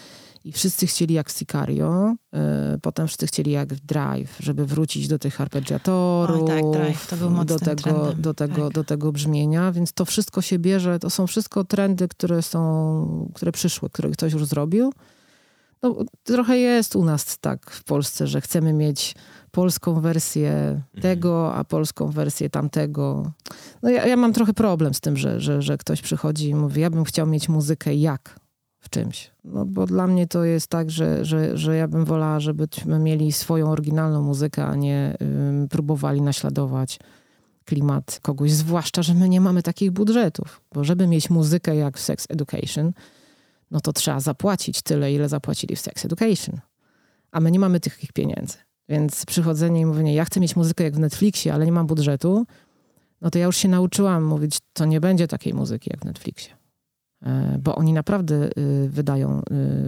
I wszyscy chcieli jak w Sicario, y, potem wszyscy chcieli jak w Drive, żeby wrócić do tych arpeggiatorów, o, tak, Drive, to był mocnym do tego, trendem. do, tego, tak. do tego brzmienia, więc to wszystko się bierze, to są wszystko trendy, które są, które przyszły, które ktoś już zrobił. No, trochę jest u nas tak w Polsce, że chcemy mieć polską wersję tego, a polską wersję tamtego. No ja, ja mam trochę problem z tym, że, że, że ktoś przychodzi i mówi, ja bym chciał mieć muzykę jak w czymś. No bo dla mnie to jest tak, że, że, że ja bym wolała, żebyśmy mieli swoją oryginalną muzykę, a nie ym, próbowali naśladować klimat kogoś. Zwłaszcza, że my nie mamy takich budżetów. Bo żeby mieć muzykę jak w Sex Education, no to trzeba zapłacić tyle, ile zapłacili w Sex Education. A my nie mamy tych pieniędzy. Więc przychodzenie i mówienie, ja chcę mieć muzykę jak w Netflixie, ale nie mam budżetu, no to ja już się nauczyłam mówić, to nie będzie takiej muzyki jak w Netflixie. Bo oni naprawdę wydają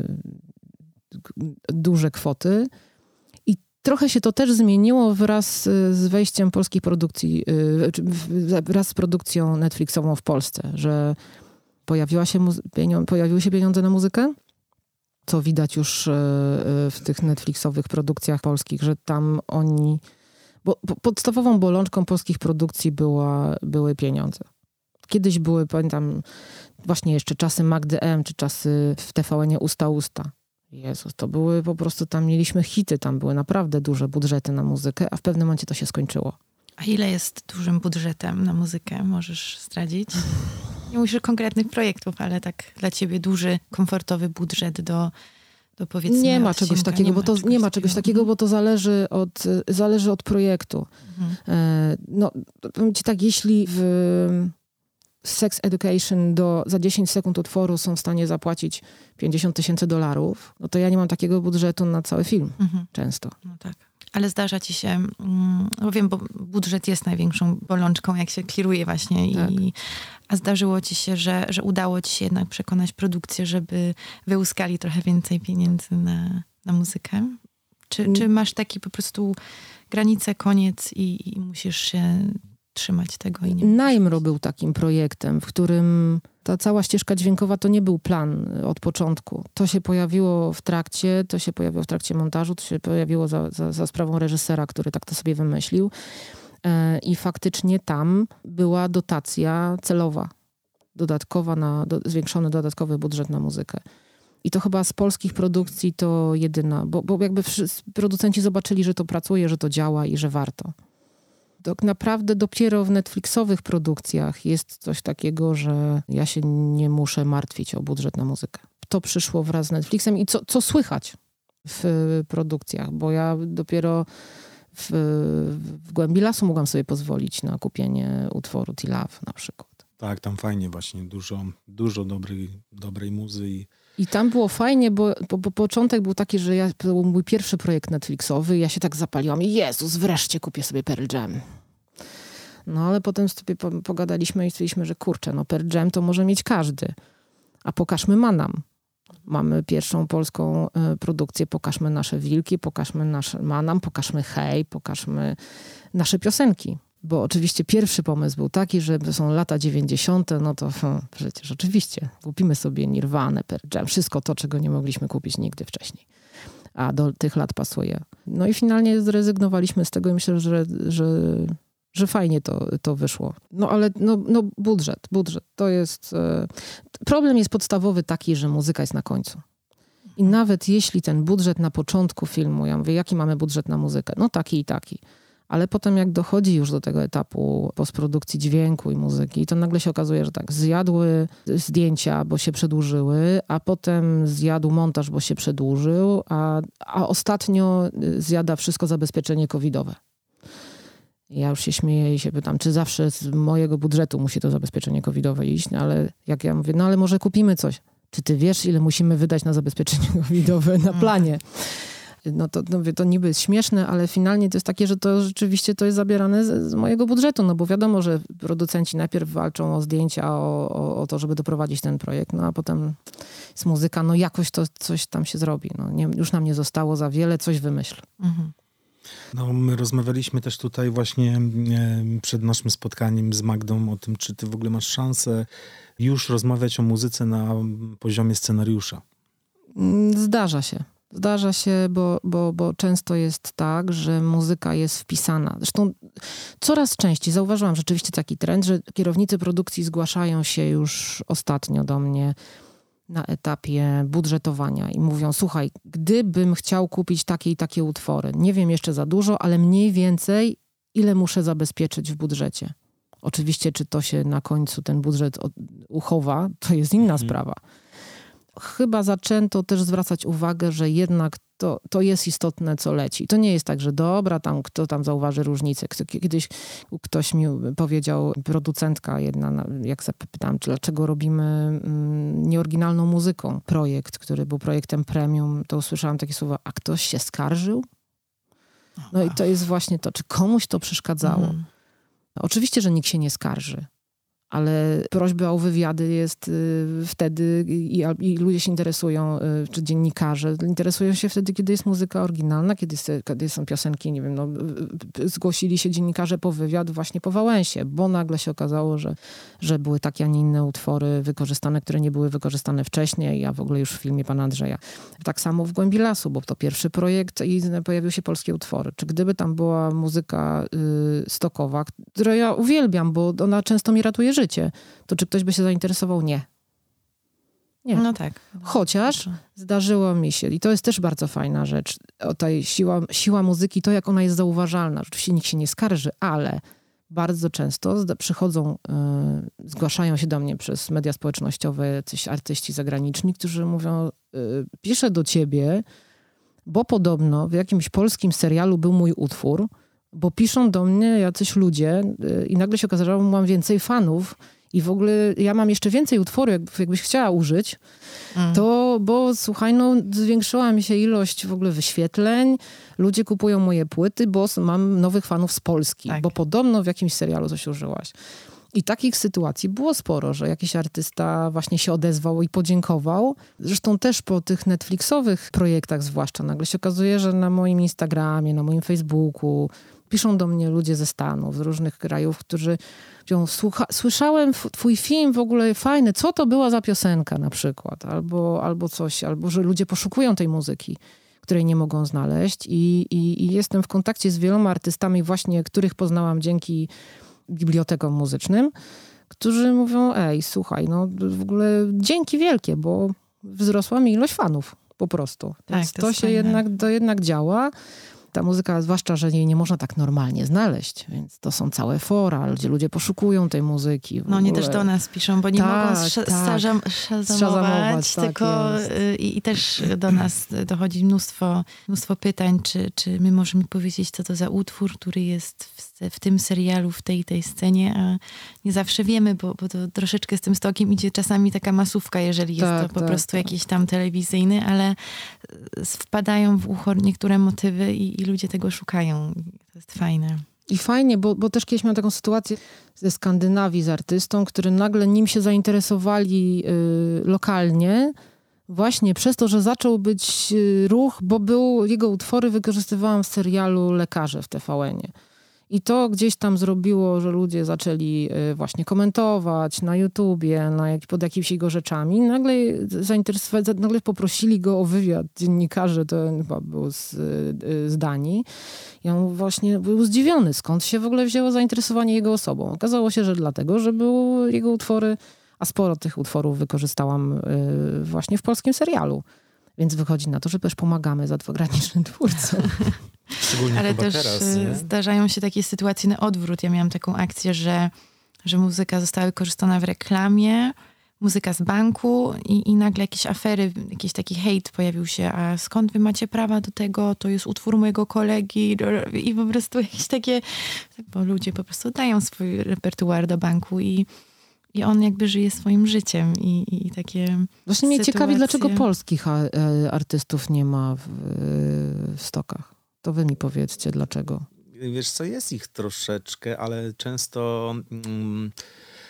duże kwoty i trochę się to też zmieniło wraz z wejściem polskich produkcji, wraz z produkcją Netflixową w Polsce, że pojawiła się pienio- pojawiły się pieniądze na muzykę, co widać już w tych Netflixowych produkcjach polskich, że tam oni... Bo podstawową bolączką polskich produkcji była, były pieniądze. Kiedyś były, pamiętam, właśnie jeszcze czasy Magdy M, czy czasy w T V N-ie Usta Usta. Jezus, to były po prostu, tam mieliśmy hity, tam były naprawdę duże budżety na muzykę, a w pewnym momencie to się skończyło. A ile jest dużym budżetem na muzykę? Możesz zdradzić? Nie musisz konkretnych projektów, ale tak dla ciebie duży, komfortowy budżet do, do powiedzmy Nie ma odcinka. czegoś takiego, nie bo ma to czegoś nie ma czegoś takiego, bo to zależy od, zależy od projektu. Mhm. E, no, powiem ci tak, jeśli w Sex Education do, za dziesięć sekund utworu są w stanie zapłacić pięćdziesiąt tysięcy dolarów, no to ja nie mam takiego budżetu na cały film. Mhm. Często. No tak. Ale zdarza ci się, mm, no wiem, bo budżet jest największą bolączką, jak się kliruje właśnie. Tak. I, a zdarzyło ci się, że, że udało ci się jednak przekonać produkcję, żeby wyłuskali trochę więcej pieniędzy na, na muzykę? Czy, Mm. czy masz taki po prostu granicę, koniec i, i musisz się trzymać tego? I nie Najmro był takim projektem, w którym ta cała ścieżka dźwiękowa to nie był plan od początku. To się pojawiło w trakcie, to się pojawiło w trakcie montażu, to się pojawiło za, za, za sprawą reżysera, który tak to sobie wymyślił. E, I faktycznie tam była dotacja celowa, dodatkowa, na, do, zwiększony dodatkowy budżet na muzykę. I to chyba z polskich produkcji to jedyna, bo, bo jakby wszyscy producenci zobaczyli, że to pracuje, że to działa i że warto. Tak naprawdę dopiero w Netflixowych produkcjach jest coś takiego, że ja się nie muszę martwić o budżet na muzykę. To przyszło wraz z Netflixem i co, co słychać w produkcjach, bo ja dopiero w, w głębi lasu mogłam sobie pozwolić na kupienie utworu T-Love na przykład. Tak, tam fajnie właśnie, dużo, dużo dobrej, dobrej muzy i I tam było fajnie, bo, bo, bo początek był taki, że ja, to był mój pierwszy projekt Netflixowy, ja się tak zapaliłam i Jezus, wreszcie kupię sobie Pearl Jam. No ale potem sobie po, pogadaliśmy i stwierdziliśmy, że kurczę, no Pearl Jam to może mieć każdy. A pokażmy Manam. Mamy pierwszą polską y, produkcję, pokażmy nasze wilki, pokażmy nasze Manam, pokażmy Hej, pokażmy nasze piosenki. Bo oczywiście pierwszy pomysł był taki, że są lata dziewięćdziesiąte, no to hmm, przecież oczywiście kupimy sobie Nirvanę, Pearl Jam, wszystko to, czego nie mogliśmy kupić nigdy wcześniej. A do tych lat pasuje. No i finalnie zrezygnowaliśmy z tego i myślę, że, że, że fajnie to, to wyszło. No ale no, no budżet, budżet to jest... E... Problem jest podstawowy taki, że muzyka jest na końcu. I nawet jeśli ten budżet na początku filmu, ja mówię, jaki mamy budżet na muzykę? No taki i taki. Ale potem jak dochodzi już do tego etapu postprodukcji dźwięku i muzyki, to nagle się okazuje, że tak, zjadły zdjęcia, bo się przedłużyły, a potem zjadł montaż, bo się przedłużył, a, a ostatnio zjada wszystko zabezpieczenie covidowe. Ja już się śmieję i się pytam, czy zawsze z mojego budżetu musi to zabezpieczenie covidowe iść, no ale jak ja mówię, no ale może kupimy coś. Czy ty wiesz, ile musimy wydać na zabezpieczenie covidowe na planie? No to, no, to niby jest śmieszne, ale finalnie to jest takie, że to rzeczywiście to jest zabierane z, z mojego budżetu, no bo wiadomo, że producenci najpierw walczą o zdjęcia, o, o, o to, żeby doprowadzić ten projekt, no a potem jest muzyka, no jakoś to coś tam się zrobi. No, nie, już nam nie zostało za wiele, coś wymyśl. Mhm. No, my rozmawialiśmy też tutaj właśnie e, przed naszym spotkaniem z Magdą o tym, czy ty w ogóle masz szansę już rozmawiać o muzyce na poziomie scenariusza. Zdarza się. Zdarza się, bo, bo, bo często jest tak, że muzyka jest wpisana. Zresztą coraz częściej zauważyłam rzeczywiście taki trend, że kierownicy produkcji zgłaszają się już ostatnio do mnie na etapie budżetowania i mówią, słuchaj, gdybym chciał kupić takie i takie utwory, nie wiem jeszcze za dużo, ale mniej więcej ile muszę zabezpieczyć w budżecie. Oczywiście, czy to się na końcu ten budżet uchowa, to jest inna mhm. sprawa. Chyba zaczęto też zwracać uwagę, że jednak to, to jest istotne, co leci. To nie jest tak, że dobra, tam kto tam zauważy różnicę. Kiedyś ktoś mi powiedział, producentka jedna, jak zapytałam, dlaczego robimy mm, nieoryginalną muzyką projekt, który był projektem premium, to usłyszałam takie słowa, a ktoś się skarżył? No i to jest właśnie to, czy komuś to przeszkadzało. Mm. Oczywiście, że nikt się nie skarży. Ale prośba o wywiady jest y, wtedy i, i ludzie się interesują, y, czy dziennikarze interesują się wtedy, kiedy jest muzyka oryginalna, kiedy, jest, kiedy są piosenki, nie wiem, no, y, zgłosili się dziennikarze po wywiad właśnie po Wałęsie, bo nagle się okazało, że, że były takie, a nie inne utwory wykorzystane, które nie były wykorzystane wcześniej, a w ogóle już w filmie pana Andrzeja. Tak samo w Głębi Lasu, bo to pierwszy projekt i pojawiły się polskie utwory. Czy gdyby tam była muzyka y, stokowa, którą ja uwielbiam, bo ona często mi ratuje życie, to czy ktoś by się zainteresował? Nie. Nie. No tak. Chociaż zdarzyło mi się, i to jest też bardzo fajna rzecz, o tej siła, siła muzyki, to jak ona jest zauważalna. Oczywiście nikt się nie skarży, ale bardzo często zda- przychodzą, y, zgłaszają się do mnie przez media społecznościowe jacyś artyści zagraniczni, którzy mówią, y, piszę do ciebie, bo podobno w jakimś polskim serialu był mój utwór, bo piszą do mnie jacyś ludzie y, i nagle się okazało, że mam więcej fanów i w ogóle ja mam jeszcze więcej utworu, jak, jakbyś chciała użyć, mm. to, bo słuchaj, no zwiększyła mi się ilość w ogóle wyświetleń, ludzie kupują moje płyty, bo mam nowych fanów z Polski, tak. bo podobno w jakimś serialu coś użyłaś. I takich sytuacji było sporo, że jakiś artysta właśnie się odezwał i podziękował. Zresztą też po tych Netflixowych projektach zwłaszcza nagle się okazuje, że na moim Instagramie, na moim Facebooku piszą do mnie ludzie ze Stanów, z różnych krajów, którzy mówią, słucha, słyszałem twój film, w ogóle fajny, co to była za piosenka na przykład, albo, albo coś, albo że ludzie poszukują tej muzyki, której nie mogą znaleźć i, i, i jestem w kontakcie z wieloma artystami właśnie, których poznałam dzięki bibliotekom muzycznym, którzy mówią, ej, słuchaj, no w ogóle dzięki wielkie, bo wzrosła mi ilość fanów po prostu. Więc tak, to, to się jednak, to jednak działa. Ta muzyka, zwłaszcza, że jej nie można tak normalnie znaleźć, więc to są całe fora, gdzie ludzie poszukują tej muzyki. No oni też do nas piszą, bo nie tak, mogą sz- tak. szazamować, tylko tak i, i też do nas dochodzi mnóstwo, mnóstwo pytań, czy, czy my możemy powiedzieć, co to za utwór, który jest w, w tym serialu, w tej tej scenie, a nie zawsze wiemy, bo, bo to troszeczkę z tym stokiem idzie czasami taka masówka, jeżeli jest tak, to po tak, prostu tak. jakiś tam telewizyjny, ale wpadają w ucho niektóre motywy i, i ludzie tego szukają. To jest fajne. I fajnie, bo, bo też kiedyś miałam taką sytuację ze Skandynawii z artystą, który nagle nim się zainteresowali y, lokalnie, właśnie przez to, że zaczął być y, ruch, bo był, jego utwory wykorzystywałam w serialu Lekarze w T V N-ie. I to gdzieś tam zrobiło, że ludzie zaczęli y, właśnie komentować na YouTubie, na jak, pod jakimiś jego rzeczami. Nagle zainteresowali, nagle poprosili go o wywiad. Dziennikarze, to chyba był z, y, z Danii. I on właśnie był zdziwiony, skąd się w ogóle wzięło zainteresowanie jego osobą. Okazało się, że dlatego, że były jego utwory, a sporo tych utworów wykorzystałam y, właśnie w polskim serialu. Więc wychodzi na to, że też pomagamy zagranicznym twórcom. Szczególnie ale chyba też teraz, nie? zdarzają się takie sytuacje na odwrót. Ja miałam taką akcję, że, że muzyka została wykorzystana w reklamie, muzyka z banku i, i nagle jakieś afery, jakiś taki hejt pojawił się. A skąd wy macie prawa do tego? To jest utwór mojego kolegi. I po prostu jakieś takie... Bo ludzie po prostu dają swój repertuar do banku i I on jakby żyje swoim życiem i, i, i takie Właśnie mnie sytuacje... ciekawi, dlaczego polskich a, e, artystów nie ma w, w stokach. To wy mi powiedzcie, dlaczego. Wiesz co, jest ich troszeczkę, ale często mm,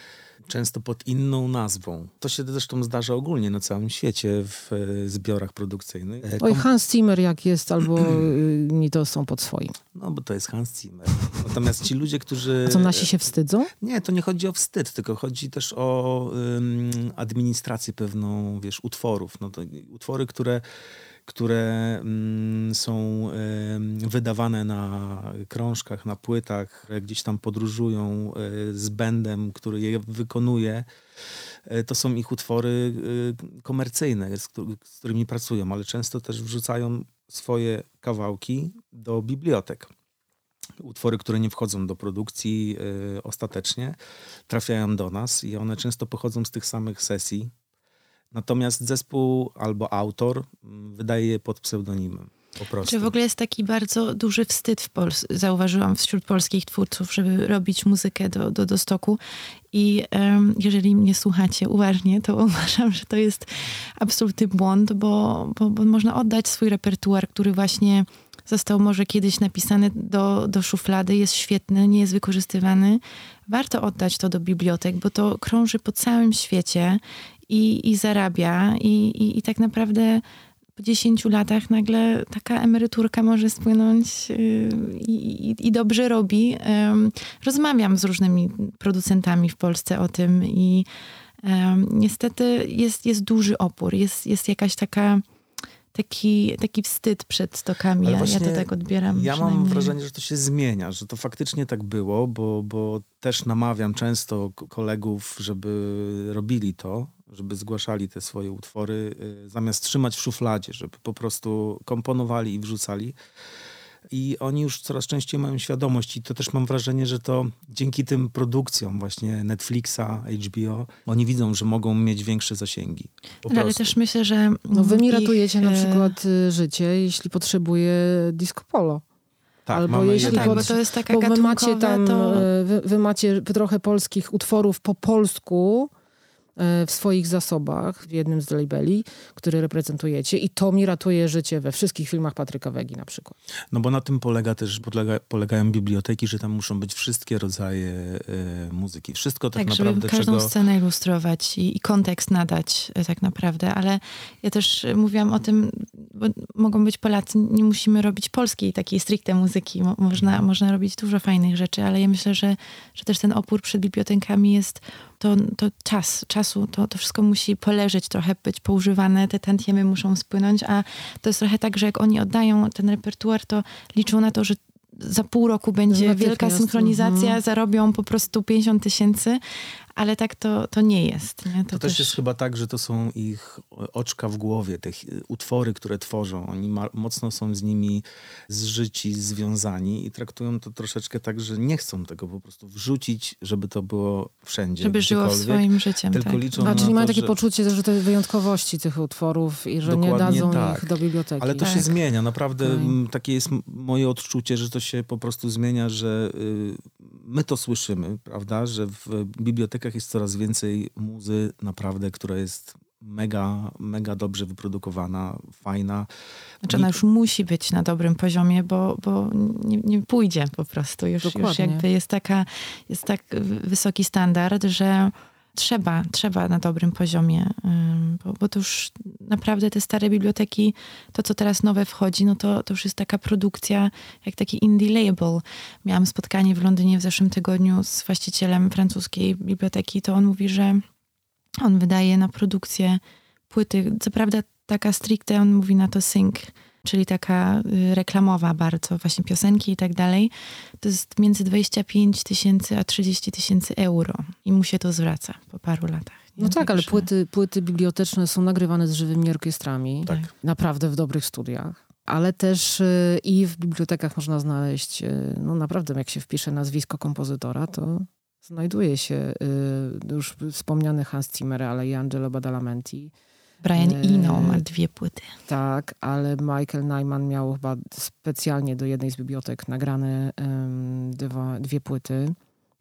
często pod inną nazwą. To się zresztą zdarza ogólnie na całym świecie w e, zbiorach produkcyjnych. E, Oj, kom- Hans Zimmer jak jest, albo y, nie to są pod swoim. No, bo to jest Hans Zimmer. Natomiast ci ludzie, którzy... A co, nasi się wstydzą? Nie, to nie chodzi o wstyd, tylko chodzi też o ym, administrację pewną, wiesz, utworów. No to utwory, które, które ym, są ym, wydawane na krążkach, na płytach, gdzieś tam podróżują y, z bandem, który je wykonuje. Y, to są ich utwory y, komercyjne, z, któ- z którymi pracują, ale często też wrzucają swoje kawałki do bibliotek. Utwory, które nie wchodzą do produkcji y, ostatecznie, trafiają do nas i one często pochodzą z tych samych sesji. Natomiast zespół albo autor y, wydaje je pod pseudonimem. Po prostu. Czy w ogóle jest taki bardzo duży wstyd w Polsce, zauważyłam wśród polskich twórców, żeby robić muzykę do, do, do stoku. I um, jeżeli mnie słuchacie uważnie, to uważam, że to jest absolutny błąd, bo, bo, bo można oddać swój repertuar, który właśnie został może kiedyś napisany do, do szuflady, jest świetny, nie jest wykorzystywany. Warto oddać to do bibliotek, bo to krąży po całym świecie i, i zarabia. I, i, I tak naprawdę po dziesięciu latach nagle taka emeryturka może spłynąć yy, i, i dobrze robi. Yy, rozmawiam z różnymi producentami w Polsce o tym i yy, niestety jest, jest duży opór, jest, jest jakaś taka Taki, taki wstyd przed stokami. Ja, ja to tak odbieram. Ja mam wrażenie, że to się zmienia, że to faktycznie tak było, bo, bo też namawiam często kolegów, żeby robili to, żeby zgłaszali te swoje utwory, y, zamiast trzymać w szufladzie, żeby po prostu komponowali i wrzucali. I oni już coraz częściej mają świadomość i to też mam wrażenie, że to dzięki tym produkcjom właśnie Netflixa, H B O, oni widzą, że mogą mieć większe zasięgi. Po No, ale prostu. też myślę, że... No wy mi ich, ratujecie na e, przykład y, życie, jeśli potrzebuję disco polo. Tak, albo mamy jeśli jeden- Tak, bo to jest taka Bo wy macie gatunkowa, tam, to... e, wy, wy macie trochę polskich utworów po polsku e, w swoich zasobach, w jednym z labeli, który reprezentujecie i to mi ratuje życie we wszystkich filmach Patryka Wegi na przykład. No bo na tym polega też, polega, polegają biblioteki, że tam muszą być wszystkie rodzaje y, muzyki. Wszystko tak, Tak, żeby naprawdę, każdą czego... scenę ilustrować i, i kontekst nadać e, tak naprawdę, ale ja też e, mówiłam o tym, bo mogą być Polacy, nie musimy robić polskiej takiej stricte muzyki, Mo, można, można robić dużo fajnych rzeczy, ale ja myślę, że, że też ten opór przed bibliotekami jest to, to czas, czasu, to, to wszystko musi poleżeć, trochę być poużywane, te tantiemy muszą spłynąć, a to jest trochę tak, że jak oni oddają ten repertuar, to liczą na to, że za pół roku będzie Natychmiast, wielka synchronizacja, mhm. zarobią po prostu pięćdziesiąt tysięcy, ale tak to, to nie jest. Nie? To, To też jest chyba tak, że to są ich oczka w głowie, te utwory, które tworzą. Oni ma, mocno są z nimi zżyci, związani i traktują to troszeczkę tak, że nie chcą tego po prostu wrzucić, żeby to było wszędzie. żeby żyło gdziekolwiek. swoim życiem. Tylko tak. liczą A na czyli to, mają takie że... poczucie, że te wyjątkowości tych utworów i że nie Dokładnie dadzą tak. ich do biblioteki. Ale to Tak. się zmienia. Naprawdę Okej. m, takie jest m- moje odczucie, że to się po prostu zmienia, że y, my to słyszymy, prawda? Że w bibliotekach jest coraz więcej muzy naprawdę, która jest mega, mega dobrze wyprodukowana, fajna. Znaczy ona już musi być na dobrym poziomie, bo, bo nie, nie pójdzie po prostu. Już, już Dokładnie. jakby jest taka, jest tak wysoki standard, że trzeba, trzeba na dobrym poziomie, ym, bo, bo to już naprawdę te stare biblioteki, to co teraz nowe wchodzi, no to, to już jest taka produkcja, jak taki indie label. Miałam spotkanie w Londynie w zeszłym tygodniu z właścicielem francuskiej biblioteki, to on mówi, że on wydaje na produkcję płyty, co prawda taka stricte, on mówi na to sync, czyli taka y, reklamowa bardzo, właśnie piosenki i tak dalej. To jest między dwadzieścia pięć tysięcy a trzydzieści tysięcy euro i mu się to zwraca po paru latach. Nie? No tak, ale Także- płyty, płyty biblioteczne są nagrywane z żywymi orkiestrami. Tak. Naprawdę w dobrych studiach. Ale też y, i w bibliotekach można znaleźć, y, no naprawdę jak się wpisze nazwisko kompozytora, to znajduje się y, już wspomniany Hans Zimmer, ale i Angelo Badalamenti. Brian Eee. Eno ma dwie płyty. Tak, ale Michael Nyman miał chyba specjalnie do jednej z bibliotek nagrane ym, dwa, dwie płyty,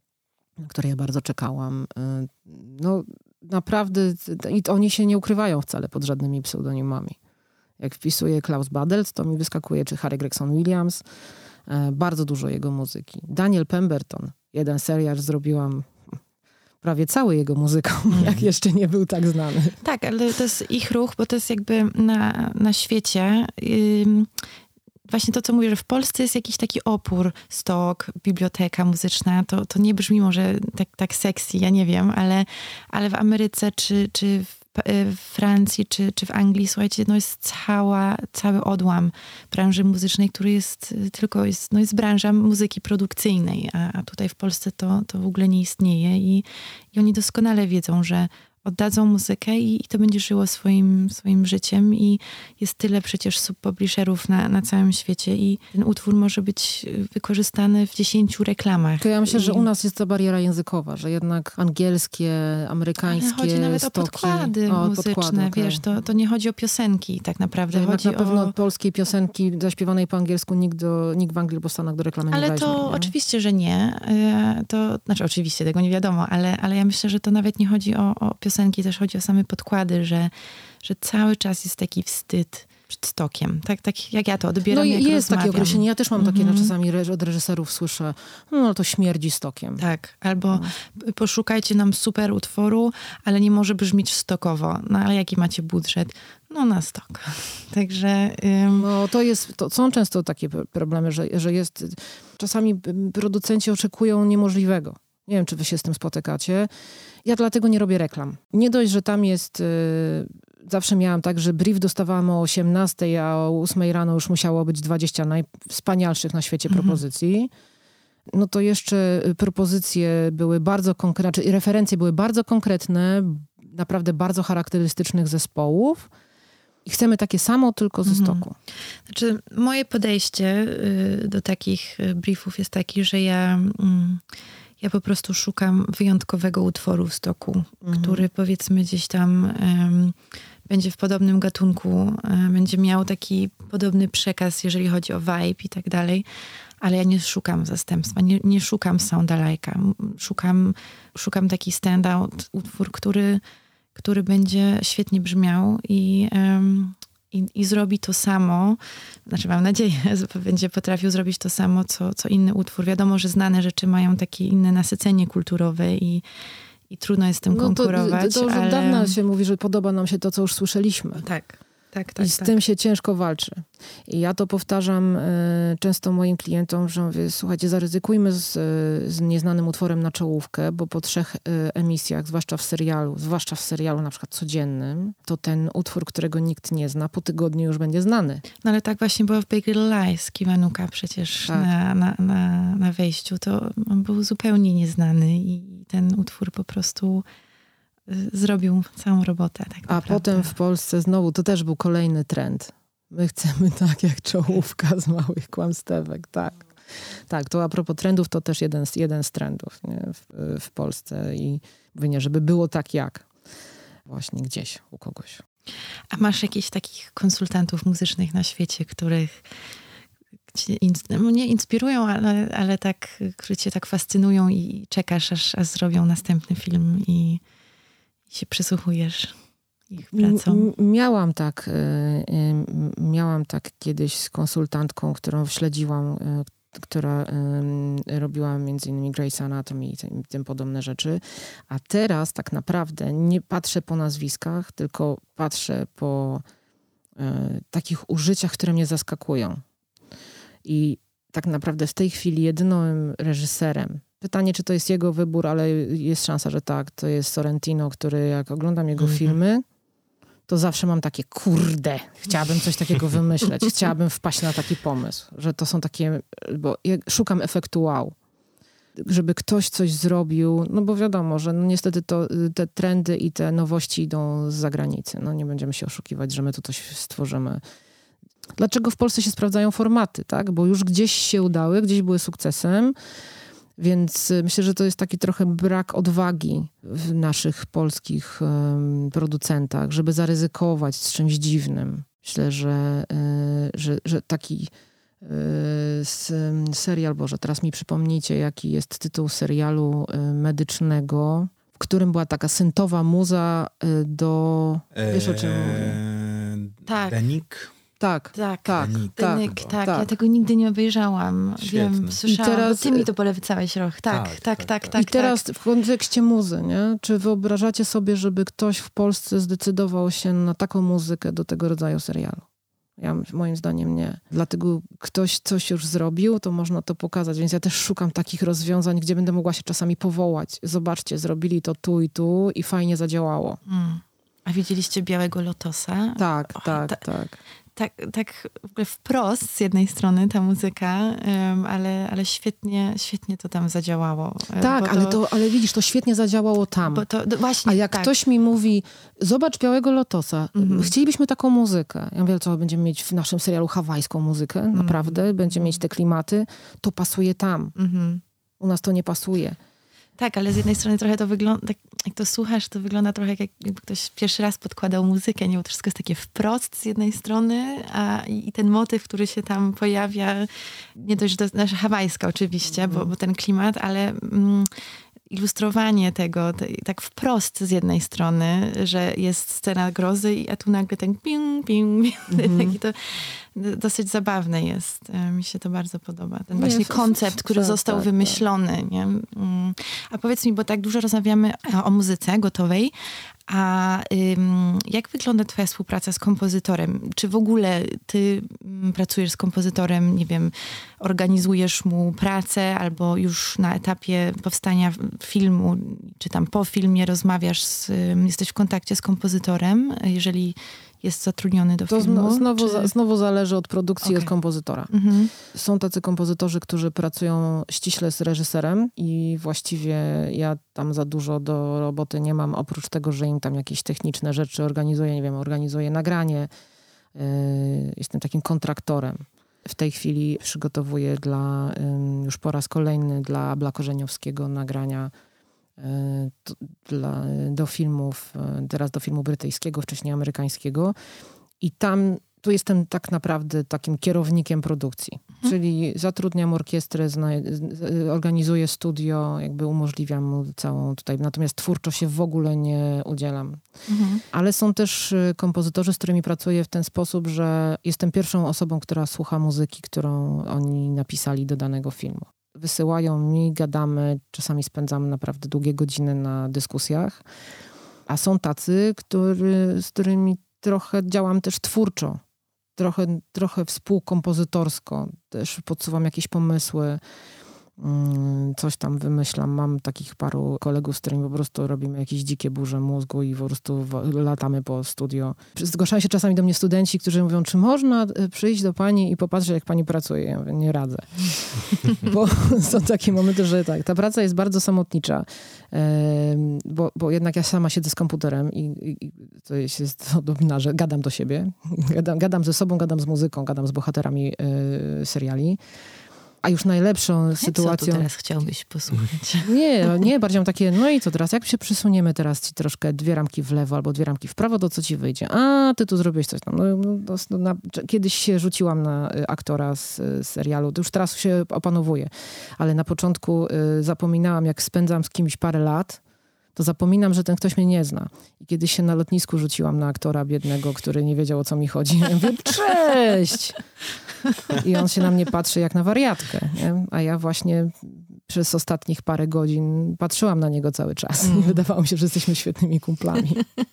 na które ja bardzo czekałam. Y, no naprawdę, i to oni się nie ukrywają wcale pod żadnymi pseudonimami. Jak wpisuję Klaus Badelt, to mi wyskakuje czy Harry Gregson Williams, y, bardzo dużo jego muzyki. Daniel Pemberton, jeden serial zrobiłam prawie cały jego muzyką, mm. jak jeszcze nie był tak znany. Tak, ale to jest ich ruch, bo to jest jakby na, na świecie... Ym... Właśnie to, co mówię, że w Polsce jest jakiś taki opór, stok, biblioteka muzyczna, to, to nie brzmi może tak, tak sexy, ja nie wiem, ale, ale w Ameryce czy, czy w w Francji czy, czy w Anglii, słuchajcie, no jest cała, cały odłam branży muzycznej, który jest tylko, jest, no jest branża muzyki produkcyjnej, a, a tutaj w Polsce to, to w ogóle nie istnieje i, i oni doskonale wiedzą, że oddadzą muzykę i, i to będzie żyło swoim, swoim życiem i jest tyle przecież subpublisherów na, na całym świecie i ten utwór może być wykorzystany w dziesięciu reklamach. To ja myślę, I... że u nas jest to bariera językowa, że jednak angielskie, amerykańskie Ale chodzi nawet stoki, o podkłady o, muzyczne, podkłady, okay. wiesz, to, to nie chodzi o piosenki tak naprawdę. Jednak chodzi na pewno o... polskiej piosenki zaśpiewanej po angielsku nikt, do, nikt w Anglii albo Stanach do reklamy ale nie weźmie. Ale to nie? oczywiście, że nie. To, znaczy oczywiście, tego nie wiadomo, ale, ale ja myślę, że to nawet nie chodzi o, o piosenki, też chodzi o same podkłady, że, że cały czas jest taki wstyd przed stokiem. Tak, tak jak ja to odbieram, No jak jest rozmawiam. takie określenie. Ja też mam takie, mm-hmm. no, czasami reż- od reżyserów słyszę, no to śmierdzi stokiem. Tak, albo no. poszukajcie nam super utworu, ale nie może brzmieć stokowo. No ale jaki macie budżet? No na stok. Także... Ym... No to jest, to są często takie problemy, że, że jest, czasami producenci oczekują niemożliwego. Nie wiem, czy wy się z tym spotykacie. Ja dlatego nie robię reklam. Nie dość, że tam jest... Yy, zawsze miałam tak, że brief dostawałam o osiemnastej, a o ósmej rano już musiało być dwadzieścia najwspanialszych na świecie mhm. propozycji. No to jeszcze propozycje były bardzo konkretne, czy referencje były bardzo konkretne, naprawdę bardzo charakterystycznych zespołów. I chcemy takie samo, tylko ze stoku. Mhm. Znaczy, moje podejście y, do takich briefów jest takie, że ja... Y, Ja po prostu szukam wyjątkowego utworu w stoku, mhm. który powiedzmy gdzieś tam um, będzie w podobnym gatunku, um, będzie miał taki podobny przekaz, jeżeli chodzi o vibe i tak dalej, ale ja nie szukam zastępstwa, nie, nie szukam soundalike'a. Szukam, szukam taki standout, utwór, który, który będzie świetnie brzmiał i... Um, I, I zrobi to samo, znaczy mam nadzieję, że będzie potrafił zrobić to samo, co, co inny utwór. Wiadomo, że znane rzeczy mają takie inne nasycenie kulturowe i, i trudno jest z tym no konkurować. To, to już ale... od dawna się mówi, że podoba nam się to, co już słyszeliśmy. Tak, tak, tak. I z tak. tym się ciężko walczy. I ja to powtarzam y, często moim klientom, że mówię, słuchajcie, zaryzykujmy z, z nieznanym utworem na czołówkę, bo po trzech y, emisjach, zwłaszcza w serialu, zwłaszcza w serialu na przykład codziennym, to ten utwór, którego nikt nie zna, po tygodniu już będzie znany. No ale tak właśnie było w Big Little Lies, Kiwanuka przecież tak. na, na, na, na wejściu. To on był zupełnie nieznany i ten utwór po prostu... zrobił całą robotę. Tak A naprawdę. potem w Polsce znowu, to też był kolejny trend. My chcemy tak jak czołówka z małych kłamstewek, tak. Tak, to a propos trendów, to też jeden z, jeden z trendów nie? W, w Polsce i mówię, nie, żeby było tak jak właśnie gdzieś u kogoś. A masz jakichś takich konsultantów muzycznych na świecie, których cię ins- nie inspirują, ale, ale tak, którzy cię tak fascynują i czekasz, aż, aż zrobią następny film i I się przysłuchujesz ich pracom? M- miałam tak, y, y, miałam tak kiedyś z konsultantką, którą śledziłam, y, która y, robiła między innymi Grey's Anatomy i tym, tym podobne rzeczy. A teraz tak naprawdę nie patrzę po nazwiskach, tylko patrzę po y, takich użyciach, które mnie zaskakują. I tak naprawdę w tej chwili jedynym reżyserem, pytanie, czy to jest jego wybór, ale jest szansa, że tak. To jest Sorrentino, który jak oglądam jego mm-hmm. filmy, to zawsze mam takie, kurde, chciałabym coś takiego wymyśleć. Chciałabym wpaść na taki pomysł, że to są takie, bo ja szukam efektu wow. Żeby ktoś coś zrobił, no bo wiadomo, że no niestety to, te trendy i te nowości idą z zagranicy. No nie będziemy się oszukiwać, że my tu coś stworzymy. Dlaczego w Polsce się sprawdzają formaty, tak? Bo już gdzieś się udały, gdzieś były sukcesem. Więc myślę, że to jest taki trochę brak odwagi w naszych polskich um, producentach, żeby zaryzykować z czymś dziwnym. Myślę, że, y, że, że taki y, serial, Boże, teraz mi przypomnijcie, jaki jest tytuł serialu y, medycznego, w którym była taka syntowa muza y, do... Wiesz, o czym mówię? Eee, Tak. Denik? Tak, Tak, tak, Nick. tak, Nick, tak, tak. ja tego nigdy nie obejrzałam. Świetny. Wiem, słyszałam, I teraz- bo ty mi to polecałeś rok. Tak, Tak, tak, tak, tak, tak. tak. I teraz w kontekście muzy, nie? Czy wyobrażacie sobie, żeby ktoś w Polsce zdecydował się na taką muzykę do tego rodzaju serialu? Ja, moim zdaniem nie. Dlatego ktoś coś już zrobił, to można to pokazać. Więc ja też szukam takich rozwiązań, gdzie będę mogła się czasami powołać. Zobaczcie, zrobili to tu i tu i fajnie zadziałało. Mm. A widzieliście Białego Lotosa? Tak, O, tak, ta- tak. Tak, tak w ogóle wprost z jednej strony ta muzyka, em, ale, ale świetnie, świetnie to tam zadziałało. E, Tak, bo ale, to, ale widzisz, to świetnie zadziałało tam. Bo to do, właśnie, A jak tak. ktoś mi mówi, zobacz Białego Lotosa, Mhm. chcielibyśmy taką muzykę. Ja mówię, co, będziemy mieć w naszym serialu hawajską muzykę, Mhm. naprawdę, będziemy mieć te klimaty, to pasuje tam. Mhm. U nas to nie pasuje. Tak, ale z jednej strony trochę to wygląda, tak, jak to słuchasz, to wygląda trochę jak jakby ktoś pierwszy raz podkładał muzykę, nie? Bo to wszystko jest takie wprost z jednej strony, a i, i ten motyw, który się tam pojawia, nie dość, że to nasza hawajska oczywiście, mm. bo, bo ten klimat, ale mm, ilustrowanie tego te, tak wprost z jednej strony, że jest scena grozy, a tu nagle ten ping, ping, ping mm. i to dosyć zabawne jest. Mi się to bardzo podoba. Ten właśnie nie, koncept, który tak, został tak, wymyślony. Nie? A powiedz mi, bo tak dużo rozmawiamy o muzyce gotowej, a ym, jak wygląda twoja współpraca z kompozytorem? Czy w ogóle ty m, pracujesz z kompozytorem, nie wiem, organizujesz mu pracę, albo już na etapie powstania filmu, czy tam po filmie rozmawiasz, z, ym, jesteś w kontakcie z kompozytorem, jeżeli jest zatrudniony do To filmu? zno, znowu, czy... za, znowu zależy od produkcji i Okay. od kompozytora. Mhm. Są tacy kompozytorzy, którzy pracują ściśle z reżyserem i właściwie ja tam za dużo do roboty nie mam, oprócz tego, że im tam jakieś techniczne rzeczy organizuję, nie wiem, organizuję nagranie. Yy, jestem takim kontraktorem. W tej chwili przygotowuję dla, yy, już po raz kolejny dla Abla Korzeniowskiego nagrania To, dla, do filmów, teraz do filmu brytyjskiego, wcześniej amerykańskiego. I tam, tu jestem tak naprawdę takim kierownikiem produkcji. Mhm. Czyli zatrudniam orkiestrę, zna, organizuję studio, jakby umożliwiam mu całą tutaj. Natomiast twórczo się w ogóle nie udzielam. Mhm. Ale są też kompozytorzy, z którymi pracuję w ten sposób, że jestem pierwszą osobą, która słucha muzyki, którą oni napisali do danego filmu. Wysyłają mi, gadamy, czasami spędzamy naprawdę długie godziny na dyskusjach, a są tacy, który, z którymi trochę działam też twórczo, trochę, trochę współkompozytorsko, też podsuwam jakieś pomysły, coś tam wymyślam. Mam takich paru kolegów, z którymi po prostu robimy jakieś dzikie burze mózgu i po prostu latamy po studio. Zgłaszają się czasami do mnie studenci, którzy mówią, czy można przyjść do pani i popatrzeć, jak pani pracuje? Ja mówię, nie radzę. Bo są takie momenty, że tak, ta praca jest bardzo samotnicza, bo, bo jednak ja sama siedzę z komputerem i, i to jest, jest podobna, że gadam do siebie, gadam, gadam ze sobą, gadam z muzyką, gadam z bohaterami y, seriali. A już najlepszą sytuacją... Co tu teraz chciałbyś posłuchać? Nie, nie, bardziej mam takie, no i co teraz? Jak się przesuniemy teraz ci troszkę dwie ramki w lewo albo dwie ramki w prawo, to co ci wyjdzie? A, ty tu zrobiłeś coś tam. No, no, no, na, kiedyś się rzuciłam na aktora z, z serialu, to już teraz się opanowuję. Ale na początku y, zapominałam, jak spędzam z kimś parę lat, to zapominam, że ten ktoś mnie nie zna. I kiedyś się na lotnisku rzuciłam na aktora biednego, który nie wiedział, o co mi chodzi. Ja mówię, cześć! I on się na mnie patrzy jak na wariatkę. Nie? A ja właśnie przez ostatnich parę godzin patrzyłam na niego cały czas. Mm. I wydawało mi się, że jesteśmy świetnymi kumplami.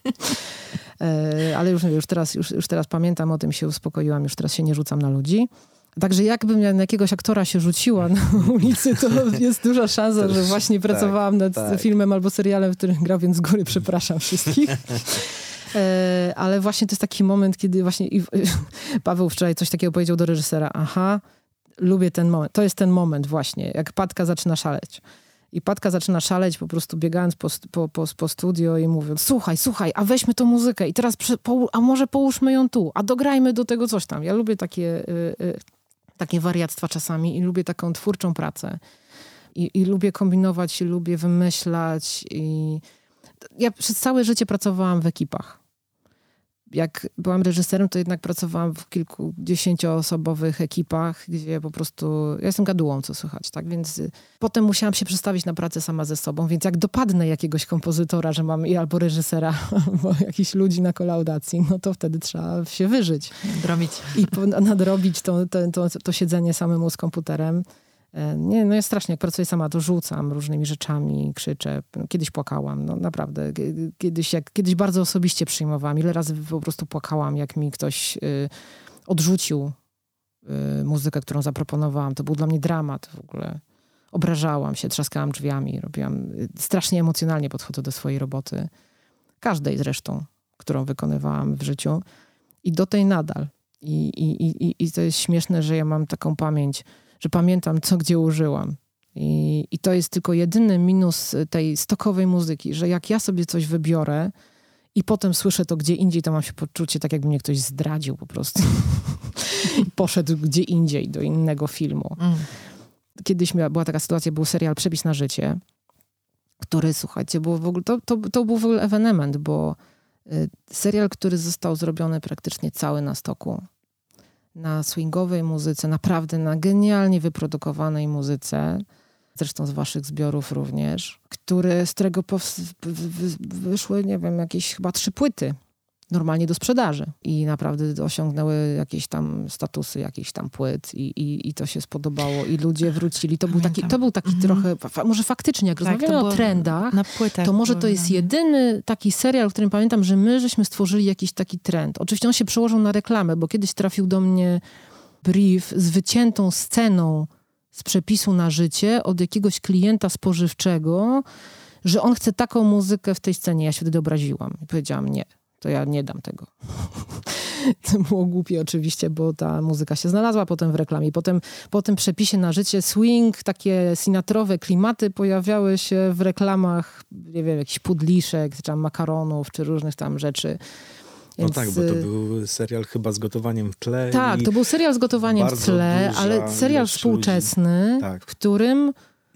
e, ale już, już, teraz, już, już teraz pamiętam o tym, się uspokoiłam, już teraz się nie rzucam na ludzi. Także jakbym na jakiegoś aktora się rzuciła na ulicy, to jest duża szansa, że właśnie pracowałam nad tak. filmem albo serialem, w którym grał, więc z góry przepraszam wszystkich. E, ale właśnie to jest taki moment, kiedy właśnie i, Paweł wczoraj coś takiego powiedział do reżysera. Aha, lubię ten moment. To jest ten moment właśnie, jak Patka zaczyna szaleć. I Patka zaczyna szaleć, po prostu biegając po, po, po, po studio i mówiąc, słuchaj, słuchaj, a weźmy tą muzykę i teraz, przy, po, a może połóżmy ją tu, a dograjmy do tego coś tam. Ja lubię takie, y, y, takie wariactwa czasami i lubię taką twórczą pracę. I, i lubię kombinować, i lubię wymyślać. I ja przez całe życie pracowałam w ekipach. jak byłam reżyserem, to jednak pracowałam w kilkudziesięcioosobowych ekipach, gdzie po prostu... Ja jestem gadułą, co słychać, tak? Więc potem musiałam się przestawić na pracę sama ze sobą, więc jak dopadnę jakiegoś kompozytora, że mam i albo reżysera, albo jakichś ludzi na kolaudacji, no to wtedy trzeba się wyżyć. Nadrobić. I po, nadrobić to, to, to, to siedzenie samemu z komputerem. Nie, no ja strasznie, jak pracuję sama, to rzucam różnymi rzeczami, krzyczę. Kiedyś płakałam, no naprawdę. Kiedyś, jak, kiedyś bardzo osobiście przyjmowałam. Ile razy po prostu płakałam, jak mi ktoś y, odrzucił y, muzykę, którą zaproponowałam. To był dla mnie dramat w ogóle. Obrażałam się, trzaskałam drzwiami, robiłam... Strasznie emocjonalnie podchodzę do swojej roboty. Każdej zresztą, którą wykonywałam w życiu. I do tej nadal. I, i, i, i to jest śmieszne, że ja mam taką pamięć, że pamiętam, co gdzie użyłam. I, I to jest tylko jedyny minus tej stokowej muzyki, że jak ja sobie coś wybiorę i potem słyszę to gdzie indziej, to mam się poczucie tak, jakby mnie ktoś zdradził po prostu. Poszedł gdzie indziej, do innego filmu. Mm. Kiedyś miała, była taka sytuacja, był serial Przepis na życie, który, słuchajcie, było w ogóle, to, to, to był w ogóle ewenement, bo y, serial, który został zrobiony praktycznie cały na stoku, na swingowej muzyce, naprawdę na genialnie wyprodukowanej muzyce, zresztą z waszych zbiorów również, który, z którego pows- wyszły, nie wiem, jakieś chyba trzy płyty normalnie do sprzedaży i naprawdę osiągnęły jakieś tam statusy, jakieś tam płyt i, i, i to się spodobało i ludzie wrócili. To był taki, to był taki mm-hmm. trochę, fa- może faktycznie, jak tak, rozmawiamy o trendach, na płytach to może to jest jedyny taki serial, w którym pamiętam, że my żeśmy stworzyli jakiś taki trend. Oczywiście on się przełożył na reklamę, bo kiedyś trafił do mnie brief z wyciętą sceną z Przepisu na życie od jakiegoś klienta spożywczego, że on chce taką muzykę w tej scenie. Ja się wtedy obraziłam i powiedziałam nie. To ja nie dam tego. To było głupie oczywiście, bo ta muzyka się znalazła potem w reklamie. Potem po tym Przepisie na życie swing, takie sinatrowe klimaty pojawiały się w reklamach, nie wiem, jakichś pudliszek, czy tam makaronów, czy różnych tam rzeczy. Więc... No tak, bo to był serial chyba z gotowaniem w tle. Tak, to był serial z gotowaniem w tle, ale serial współczesny, tak. w którym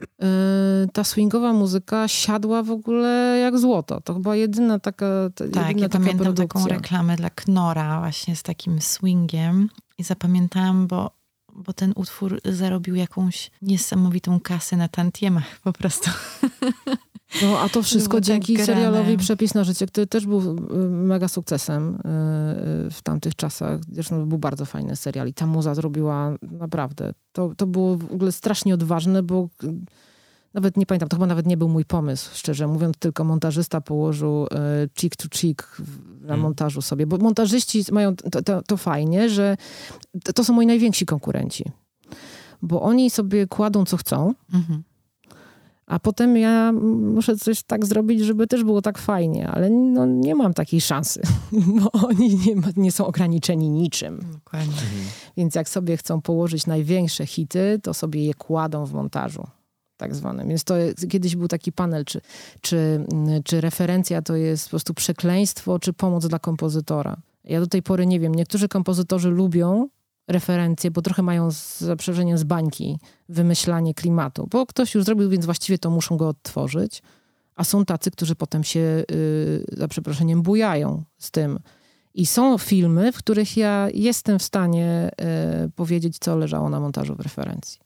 ta swingowa muzyka siadła w ogóle jak złoto. To chyba jedyna taka ta, Tak, jedyna ja taka pamiętam produkcja. taką reklamę dla Knorra właśnie z takim swingiem i zapamiętałam, bo, bo ten utwór zarobił jakąś niesamowitą kasę na tantiemach po prostu. No, a to wszystko dzięki tak serialowi Przepis na życie, który też był mega sukcesem w tamtych czasach. Zresztą był bardzo fajny serial i ta muza zrobiła naprawdę. To, to było w ogóle strasznie odważne, bo nawet nie pamiętam, to chyba nawet nie był mój pomysł, szczerze mówiąc, tylko montażysta położył cheek to cheek na montażu sobie, bo montażyści mają to, to, to fajnie, że to, to są moi najwięksi konkurenci, bo oni sobie kładą co chcą, mhm. a potem ja muszę coś tak zrobić, żeby też było tak fajnie, ale no, nie mam takiej szansy, bo oni nie, ma, nie są ograniczeni niczym. Dokładnie. Mhm. Więc jak sobie chcą położyć największe hity, to sobie je kładą w montażu tak zwanym. Więc to kiedyś był taki panel, czy, czy, czy referencja to jest po prostu przekleństwo, czy pomoc dla kompozytora. Ja do tej pory nie wiem, niektórzy kompozytorzy lubią referencje, bo trochę mają z zaprzeżeniem z bańki wymyślanie klimatu, bo ktoś już zrobił, więc właściwie to muszą go odtworzyć, a są tacy, którzy potem się yy, za przeproszeniem bujają z tym. I są filmy, w których ja jestem w stanie yy, powiedzieć, co leżało na montażu w referencji.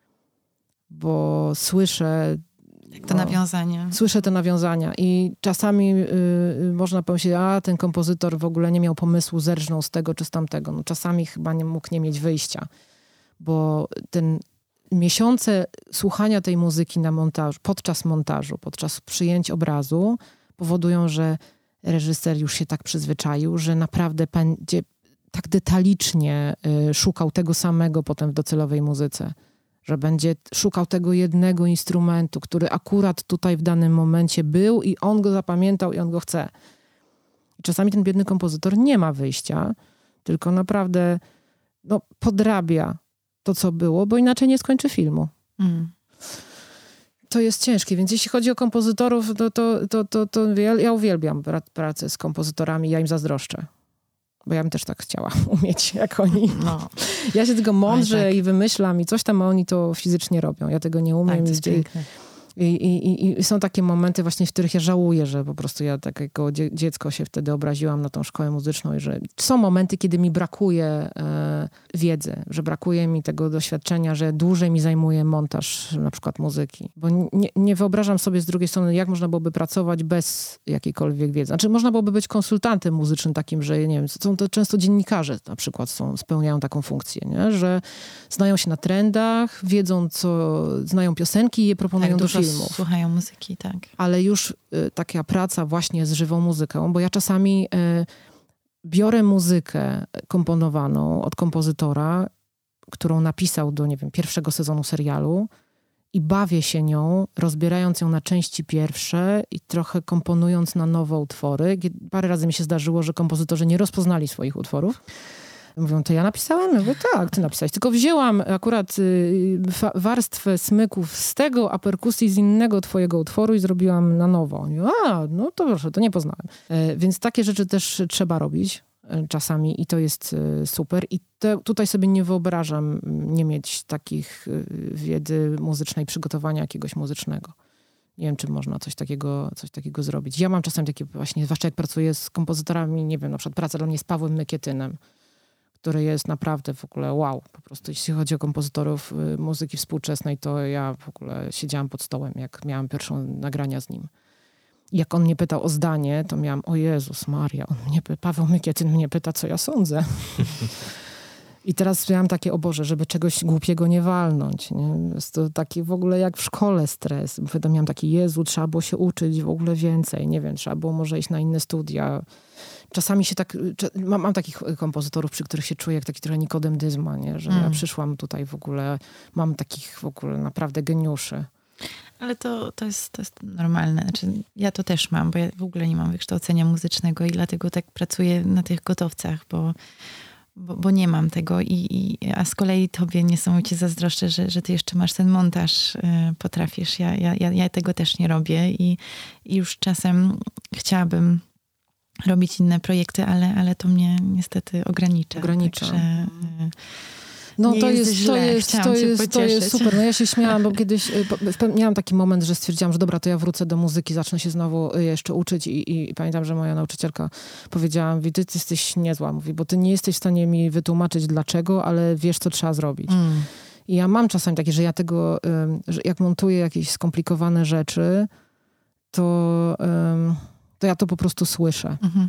Bo słyszę Jak to no, nawiązanie. Słyszę te nawiązania i czasami yy, można pomyśleć, a ten kompozytor w ogóle nie miał pomysłu, zerżnął z tego czy z tamtego. No, czasami chyba nie mógł nie mieć wyjścia, bo ten miesiące słuchania tej muzyki na montażu, podczas montażu, podczas przyjęć obrazu powodują, że reżyser już się tak przyzwyczaił, że naprawdę będzie tak detalicznie yy, szukał tego samego potem w docelowej muzyce. Że będzie szukał tego jednego instrumentu, który akurat tutaj w danym momencie był i on go zapamiętał i on go chce. I czasami ten biedny kompozytor nie ma wyjścia, tylko naprawdę no, podrabia to, co było, bo inaczej nie skończy filmu. Mm. To jest ciężkie, więc jeśli chodzi o kompozytorów, to, to, to, to, to ja, ja uwielbiam pracę z kompozytorami, ja im zazdroszczę. Bo ja bym też tak chciała umieć, jak oni. No. Ja się tylko mądrzę Oj, tak. i wymyślam i coś tam oni to fizycznie robią. Ja tego nie umiem. Tak, to jest piękne. I, i, I są takie momenty właśnie, w których ja żałuję, że po prostu ja tak jako dzie- dziecko się wtedy obraziłam na tą szkołę muzyczną i że są momenty, kiedy mi brakuje e, wiedzy, że brakuje mi tego doświadczenia, że dłużej mi zajmuje montaż na przykład muzyki. Bo nie, nie wyobrażam sobie z drugiej strony, jak można byłoby pracować bez jakiejkolwiek wiedzy. Znaczy można byłoby być konsultantem muzycznym takim, że nie wiem, są to często dziennikarze na przykład są, spełniają taką funkcję, nie? Że znają się na trendach, wiedzą co, znają piosenki i je proponują tak, do dużo filmów. Słuchają muzyki, tak. Ale już y, taka praca właśnie z żywą muzyką, bo ja czasami y, biorę muzykę komponowaną od kompozytora, którą napisał do, nie wiem, pierwszego sezonu serialu i bawię się nią, rozbierając ją na części pierwsze i trochę komponując na nowe utwory. Parę razy mi się zdarzyło, że kompozytorzy nie rozpoznali swoich utworów. Mówią, to ja napisałem? Ja mówię, tak, ty napisałeś. Tylko wzięłam akurat y, fa- warstwę smyków z tego, a perkusji z innego twojego utworu i zrobiłam na nowo. Oni, a, no to proszę, to nie poznałem. E, więc takie rzeczy też trzeba robić e, czasami i to jest e, super. I te, tutaj sobie nie wyobrażam nie mieć takich e, wiedzy muzycznej, przygotowania jakiegoś muzycznego. Nie wiem, czy można coś takiego, coś takiego zrobić. Ja mam czasami takie właśnie, zwłaszcza jak pracuję z kompozytorami, nie wiem, na przykład praca dla mnie z Pawłem Mykietynem, który jest naprawdę w ogóle wow. Po prostu jeśli chodzi o kompozytorów y, muzyki współczesnej, to ja w ogóle siedziałam pod stołem, jak miałam pierwszą nagrania z nim. I jak on mnie pytał o zdanie, to miałam, o Jezus Maria, on mnie, Paweł Mykietyn mnie pyta, co ja sądzę. I teraz miałam takie, o Boże, żeby czegoś głupiego nie walnąć. Nie? Jest to taki w ogóle jak w szkole stres. Wtedy miałam taki, Jezu, trzeba było się uczyć w ogóle więcej. Nie wiem, trzeba było może iść na inne studia. Czasami się tak, mam, mam takich kompozytorów, przy których się czuję jak taki trochę Nikodem Dyzma, nie? Że mm. ja przyszłam tutaj w ogóle, mam takich w ogóle naprawdę geniuszy. Ale to, to, jest, to jest normalne. Znaczy, ja to też mam, bo ja w ogóle nie mam wykształcenia muzycznego i dlatego tak pracuję na tych gotowcach, bo Bo, bo nie mam tego, i, i, a z kolei tobie niesamowicie zazdroszczę, że, że ty jeszcze masz ten montaż, y, potrafisz. Ja, ja, ja tego też nie robię i, i już czasem chciałabym robić inne projekty, ale, ale to mnie niestety ogranicza. Ogranicza. Także, y, No nie to jest, jest, źle. to, jest, Chciałam to, cię jest, to jest super. No ja się śmiałam, bo kiedyś y, po- w pe- miałam taki moment, że stwierdziłam, że dobra, to ja wrócę do muzyki, zacznę się znowu y, jeszcze uczyć i, i, i pamiętam, że moja nauczycielka powiedziała, mówi, ty, ty jesteś niezła, mówi, bo ty nie jesteś w stanie mi wytłumaczyć dlaczego, ale wiesz, co trzeba zrobić. Mm. I ja mam czasami takie, że ja tego, y, że jak montuję jakieś skomplikowane rzeczy, to, y, to ja to po prostu słyszę. Mhm.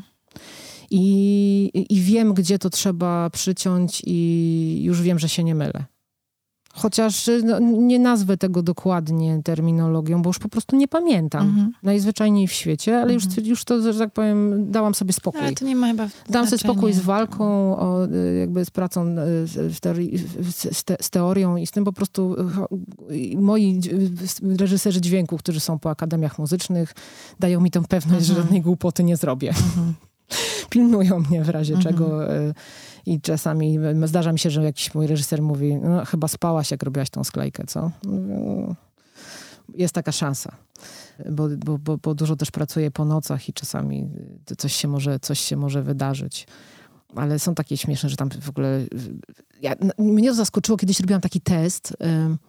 I, I wiem, gdzie to trzeba przyciąć i już wiem, że się nie mylę. Chociaż no, nie nazwę tego dokładnie terminologią, bo już po prostu nie pamiętam. Mhm. Najzwyczajniej w świecie, ale już, Mhm. już to, że tak powiem, dałam sobie spokój. Ale to nie ma chyba Dam sobie znaczenia. spokój z walką, o, y, jakby z pracą y, z, teorii, z, te, z teorią i z tym po prostu y, moi y, reżyserzy dźwięku, którzy są po akademiach muzycznych, dają mi tę pewność, Mhm. że żadnej głupoty nie zrobię. Mhm. Pilnują mnie w razie Mhm. czego y, i czasami y, zdarza mi się, że jakiś mój reżyser mówi, no chyba spałaś, jak robiłaś tą sklejkę, co? Mówię, no, jest taka szansa, bo, bo, bo, bo dużo też pracuję po nocach i czasami y, coś się może, coś się może wydarzyć. Ale są takie śmieszne, że tam w ogóle... y, Ja, n- mnie to zaskoczyło, kiedyś robiłam taki test y,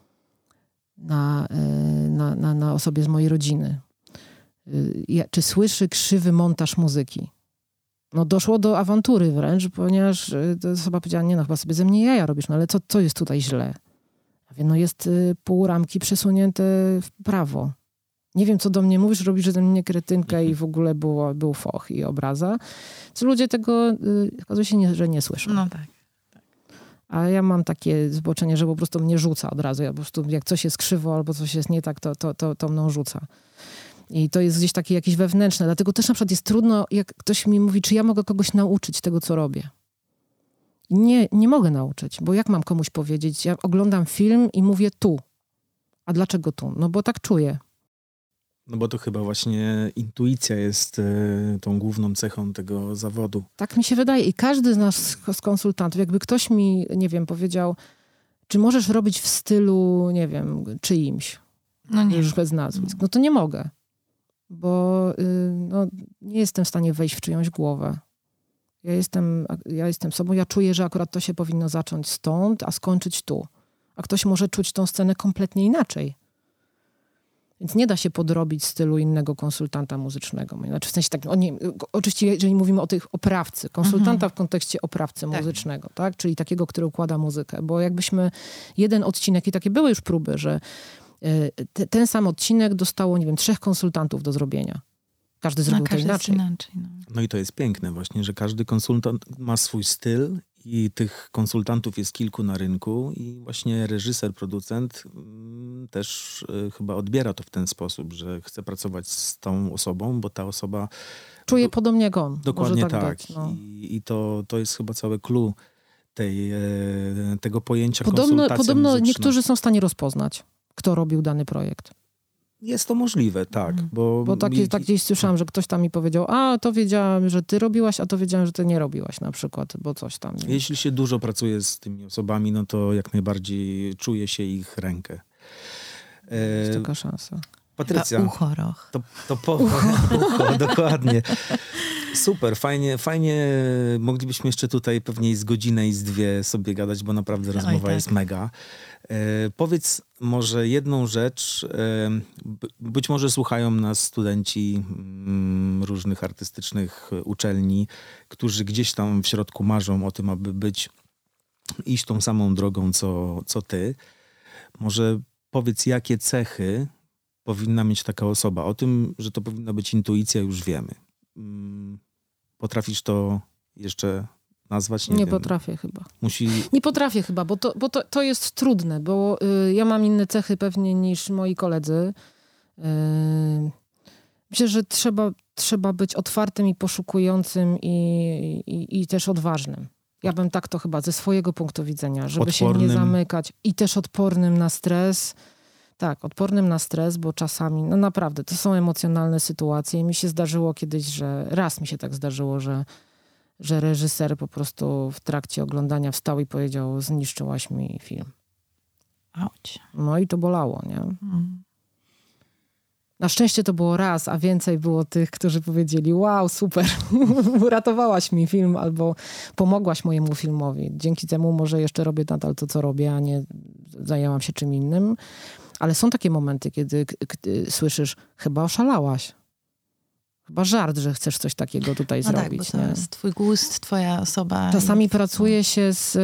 na, y, na, na, na osobie z mojej rodziny. Y, ja, czy słyszy krzywy montaż muzyki? No doszło do awantury wręcz, ponieważ y, ta osoba powiedziała, nie no, chyba sobie ze mnie jaja robisz, no ale co, co jest tutaj źle? Ja mówię, no jest y, pół ramki przesunięte w prawo. Nie wiem, co do mnie mówisz, robisz ze mnie kretynkę i w ogóle było, był foch i obraza. Co ludzie tego, y, okazuje się, nie, że nie słyszą. No tak. A ja mam takie zboczenie, że po prostu mnie rzuca od razu. Ja po prostu, jak coś jest krzywo albo coś jest nie tak, to, to, to, to mną rzuca. I to jest gdzieś takie jakieś wewnętrzne. Dlatego też na przykład jest trudno, jak ktoś mi mówi, czy ja mogę kogoś nauczyć tego, co robię. Nie, nie mogę nauczyć, bo jak mam komuś powiedzieć? Ja oglądam film i mówię tu. A dlaczego tu? No bo tak czuję. No bo to chyba właśnie intuicja jest y, tą główną cechą tego zawodu. Tak mi się wydaje. I każdy z nas, z konsultantów, jakby ktoś mi, nie wiem, powiedział, czy możesz robić w stylu, nie wiem, czyimś, No nie. już bez nazwisk. No to nie mogę. Bo y, no, nie jestem w stanie wejść w czyjąś głowę. Ja jestem, ja jestem sobą, ja czuję, że akurat to się powinno zacząć stąd, a skończyć tu. A ktoś może czuć tą scenę kompletnie inaczej. Więc nie da się podrobić stylu innego konsultanta muzycznego. Znaczy w sensie tak, o nie, oczywiście jeżeli mówimy o tych oprawcy, konsultanta mhm. w kontekście oprawcy tak. muzycznego, tak? Czyli takiego, który układa muzykę. Bo jakbyśmy jeden odcinek, i takie były już próby, że te, ten sam odcinek dostało, nie wiem, trzech konsultantów do zrobienia. Każdy zrobił no, każdy to inaczej. inaczej no. no i to jest piękne właśnie, że każdy konsultant ma swój styl i tych konsultantów jest kilku na rynku i właśnie reżyser, producent mm, też y, chyba odbiera to w ten sposób, że chce pracować z tą osobą, bo ta osoba... Czuje podobnie jak on. Dokładnie tak. tak. Być, no. I, i to, to jest chyba całe clue tej, e, tego pojęcia podobno, konsultacja Podobno muzyczna. niektórzy są w stanie rozpoznać, kto robił dany projekt. Jest to możliwe, tak. Mm. Bo, bo tak, i, tak gdzieś słyszałam, że ktoś tam mi powiedział, a to wiedziałem, że ty robiłaś, a to wiedziałem, że ty nie robiłaś na przykład, bo coś tam. Nie? Jeśli się dużo pracuje z tymi osobami, no to jak najbardziej czuje się ich rękę. E, jest taka szansa. Patrycja. Ucho, roch. To, to po, ucho. ucho, dokładnie. Super, fajnie, fajnie. Moglibyśmy jeszcze tutaj pewnie i z godzinę i z dwie sobie gadać, bo naprawdę Oj, rozmowa tak. jest mega. E, powiedz może jedną rzecz. E, być może słuchają nas studenci m, różnych artystycznych uczelni, którzy gdzieś tam w środku marzą o tym, aby być, iść tą samą drogą, co, co ty. Może powiedz, jakie cechy powinna mieć taka osoba. O tym, że to powinna być intuicja, już wiemy. Potrafisz to jeszcze nazwać? Nie, nie wiem. potrafię chyba. Musi... Nie potrafię chyba, bo to, bo to, to jest trudne, bo y, ja mam inne cechy pewnie niż moi koledzy. Y, myślę, że trzeba, trzeba być otwartym i poszukującym i, i, i też odważnym. Ja bym tak to chyba ze swojego punktu widzenia, żeby odpornym. się nie zamykać i też odpornym na stres. Tak, odpornym na stres, bo czasami, no naprawdę, to są emocjonalne sytuacje i mi się zdarzyło kiedyś, że raz mi się tak zdarzyło, że, że reżyser po prostu w trakcie oglądania wstał i powiedział, zniszczyłaś mi film. Auć. No i to bolało, nie? Mm. Na szczęście to było raz, a więcej było tych, którzy powiedzieli, wow, super, uratowałaś mi film albo pomogłaś mojemu filmowi. Dzięki temu może jeszcze robię nadal to, co robię, a nie zajęłam się czym innym. Ale są takie momenty, kiedy k- k- słyszysz, chyba oszalałaś. Chyba żart, że chcesz coś takiego tutaj no zrobić. Tak, bo to nie? jest twój gust, twoja osoba. Czasami i... pracuje się z...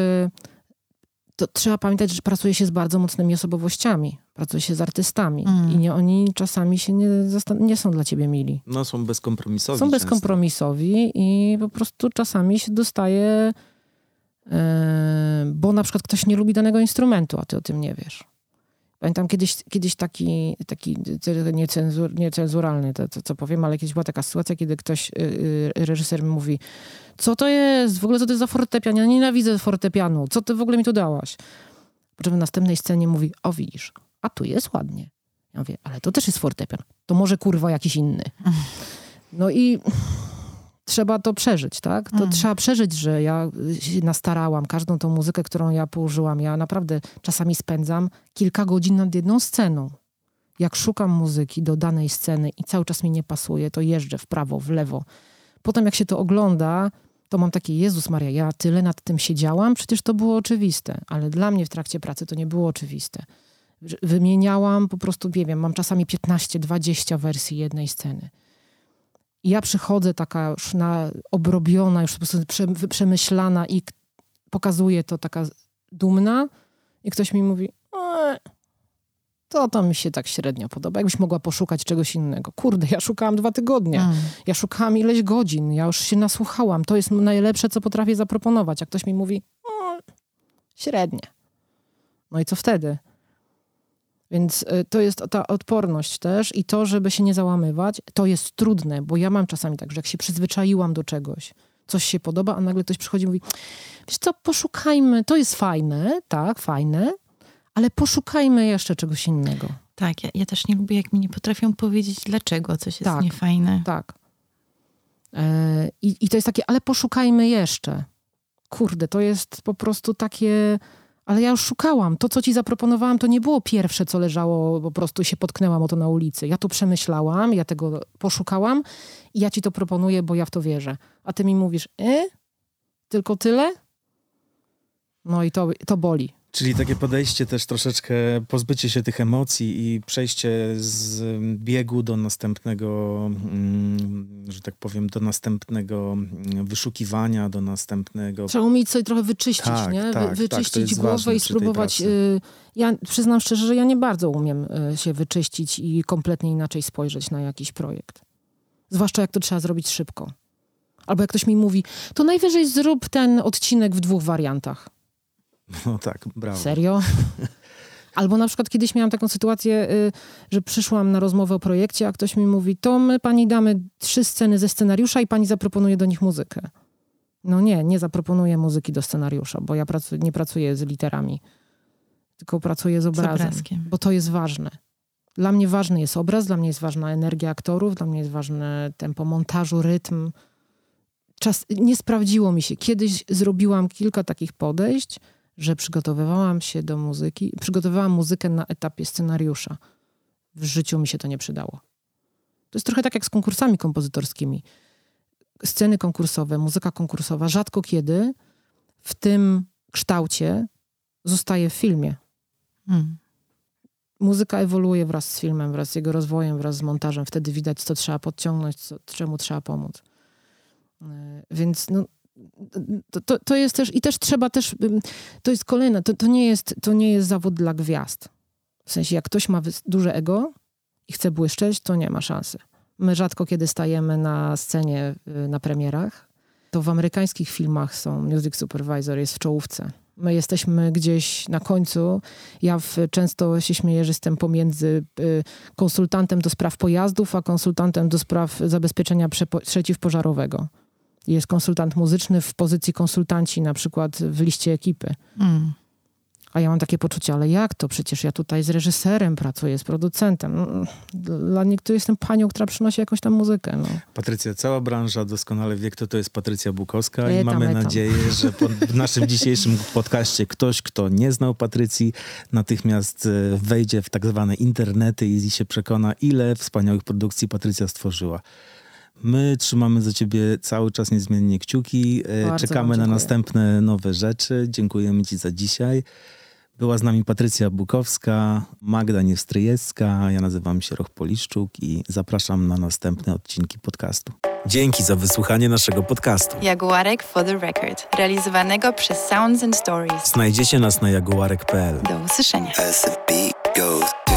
To trzeba pamiętać, że pracuje się z bardzo mocnymi osobowościami. Pracuje się z artystami. Mm. I nie, oni czasami się nie, zastan- nie są dla ciebie mili. No są bezkompromisowi. Są często. bezkompromisowi i po prostu czasami się dostaje, yy, bo na przykład ktoś nie lubi danego instrumentu, a ty o tym nie wiesz. Pamiętam kiedyś, kiedyś taki, taki niecenzur, niecenzuralny, to, to co powiem, ale kiedyś była taka sytuacja, kiedy ktoś, yy, reżyser mi mówi, co to jest? W ogóle co to jest za fortepian? Ja nienawidzę fortepianu. Co ty w ogóle mi tu dałaś? Po czym w następnej scenie mówi, o widzisz, a tu jest ładnie. Ja mówię, ale to też jest fortepian. To może kurwa jakiś inny. No i trzeba to przeżyć, tak? To mm. trzeba przeżyć, że ja się nastarałam. Każdą tą muzykę, którą ja położyłam, ja naprawdę czasami spędzam kilka godzin nad jedną sceną. Jak szukam muzyki do danej sceny i cały czas mi nie pasuje, to jeżdżę w prawo, w lewo. Potem jak się to ogląda, to mam takie, Jezus Maria, ja tyle nad tym siedziałam, przecież to było oczywiste. Ale dla mnie w trakcie pracy to nie było oczywiste. Wymieniałam po prostu, nie wiem, mam czasami piętnaście dwadzieścia wersji jednej sceny. I ja przychodzę taka już na, obrobiona, już po prostu prze, przemyślana i k- pokazuję to taka dumna i ktoś mi mówi, to to mi się tak średnio podoba. Jakbyś mogła poszukać czegoś innego. Kurde, ja szukałam dwa tygodnie. Mm. Ja szukałam ileś godzin. Ja już się nasłuchałam. To jest najlepsze, co potrafię zaproponować. A ktoś mi mówi, średnie. No i co wtedy? Więc y, to jest ta odporność też i to, żeby się nie załamywać, to jest trudne, bo ja mam czasami tak, że jak się przyzwyczaiłam do czegoś, coś się podoba, a nagle ktoś przychodzi i mówi, wiesz co, poszukajmy, to jest fajne, tak, fajne, ale poszukajmy jeszcze czegoś innego. Tak, ja, ja też nie lubię, jak mi nie potrafią powiedzieć, dlaczego coś jest tak, niefajne. Tak. E, i, I to jest takie, ale poszukajmy jeszcze. Kurde, to jest po prostu takie... Ale ja już szukałam. To, co ci zaproponowałam, to nie było pierwsze, co leżało, po prostu się potknęłam o to na ulicy. Ja to przemyślałam, ja tego poszukałam i ja ci to proponuję, bo ja w to wierzę. A ty mi mówisz, e? Tylko tyle? No i to, to boli. Czyli takie podejście też troszeczkę, pozbycie się tych emocji i przejście z biegu do następnego, że tak powiem, do następnego wyszukiwania, do następnego... Trzeba umieć sobie trochę wyczyścić, tak, nie? Tak, wyczyścić tak, głowę i spróbować... Y, ja przyznam szczerze, że ja nie bardzo umiem y, się wyczyścić i kompletnie inaczej spojrzeć na jakiś projekt. Zwłaszcza jak to trzeba zrobić szybko. Albo jak ktoś mi mówi, to najwyżej zrób ten odcinek w dwóch wariantach. No tak, brawo. Serio? Albo na przykład kiedyś miałam taką sytuację, y, że przyszłam na rozmowę o projekcie, a ktoś mi mówi, to my pani damy trzy sceny ze scenariusza i pani zaproponuje do nich muzykę. No nie, nie zaproponuję muzyki do scenariusza, bo ja pracu- nie pracuję z literami, tylko pracuję z obrazem, z bo to jest ważne. Dla mnie ważny jest obraz, dla mnie jest ważna energia aktorów, dla mnie jest ważne tempo montażu, rytm. Czas, nie sprawdziło mi się. Kiedyś zrobiłam kilka takich podejść, że przygotowywałam się do muzyki, przygotowywałam muzykę na etapie scenariusza. W życiu mi się to nie przydało. To jest trochę tak jak z konkursami kompozytorskimi. Sceny konkursowe, muzyka konkursowa rzadko kiedy w tym kształcie zostaje w filmie. Hmm. Muzyka ewoluuje wraz z filmem, wraz z jego rozwojem, wraz z montażem. Wtedy widać, co trzeba podciągnąć, co, czemu trzeba pomóc. Więc no, to, to, to jest też, i też trzeba też, to jest kolejne, to, to, nie jest, to nie jest zawód dla gwiazd. W sensie, jak ktoś ma duże ego i chce błyszczeć, to nie ma szansy. My rzadko kiedy stajemy na scenie na premierach. To w amerykańskich filmach są music supervisor, jest w czołówce. My jesteśmy gdzieś na końcu. Ja w, często się śmieję, że jestem pomiędzy y, konsultantem do spraw pojazdów, a konsultantem do spraw zabezpieczenia przepo- przeciwpożarowego. Jest konsultant muzyczny w pozycji konsultanci, na przykład w liście ekipy. Mm. A ja mam takie poczucie, ale jak to? Przecież ja tutaj z reżyserem pracuję, z producentem. Dla niektórych jestem panią, która przynosi jakąś tam muzykę. No. Patrycja, cała branża doskonale wie, kto to jest Patrycja Bukowska Etam, i mamy etam. nadzieję, że po, w naszym dzisiejszym podcaście ktoś, kto nie znał Patrycji, natychmiast e, wejdzie w tak zwane internety i się przekona, ile wspaniałych produkcji Patrycja stworzyła. My trzymamy za ciebie cały czas niezmiennie kciuki. E, Bardzo czekamy wam na dziękuję. następne nowe rzeczy. Dziękujemy ci za dzisiaj. Była z nami Patrycja Bukowska, Magda Niewstryjecka, ja nazywam się Roch Poliszczuk i zapraszam na następne odcinki podcastu. Dzięki za wysłuchanie naszego podcastu. Jaguarek for the Record, realizowanego przez Sounds and Stories. Znajdziecie nas na jaguarek kropka p l. Do usłyszenia. As the beat goes.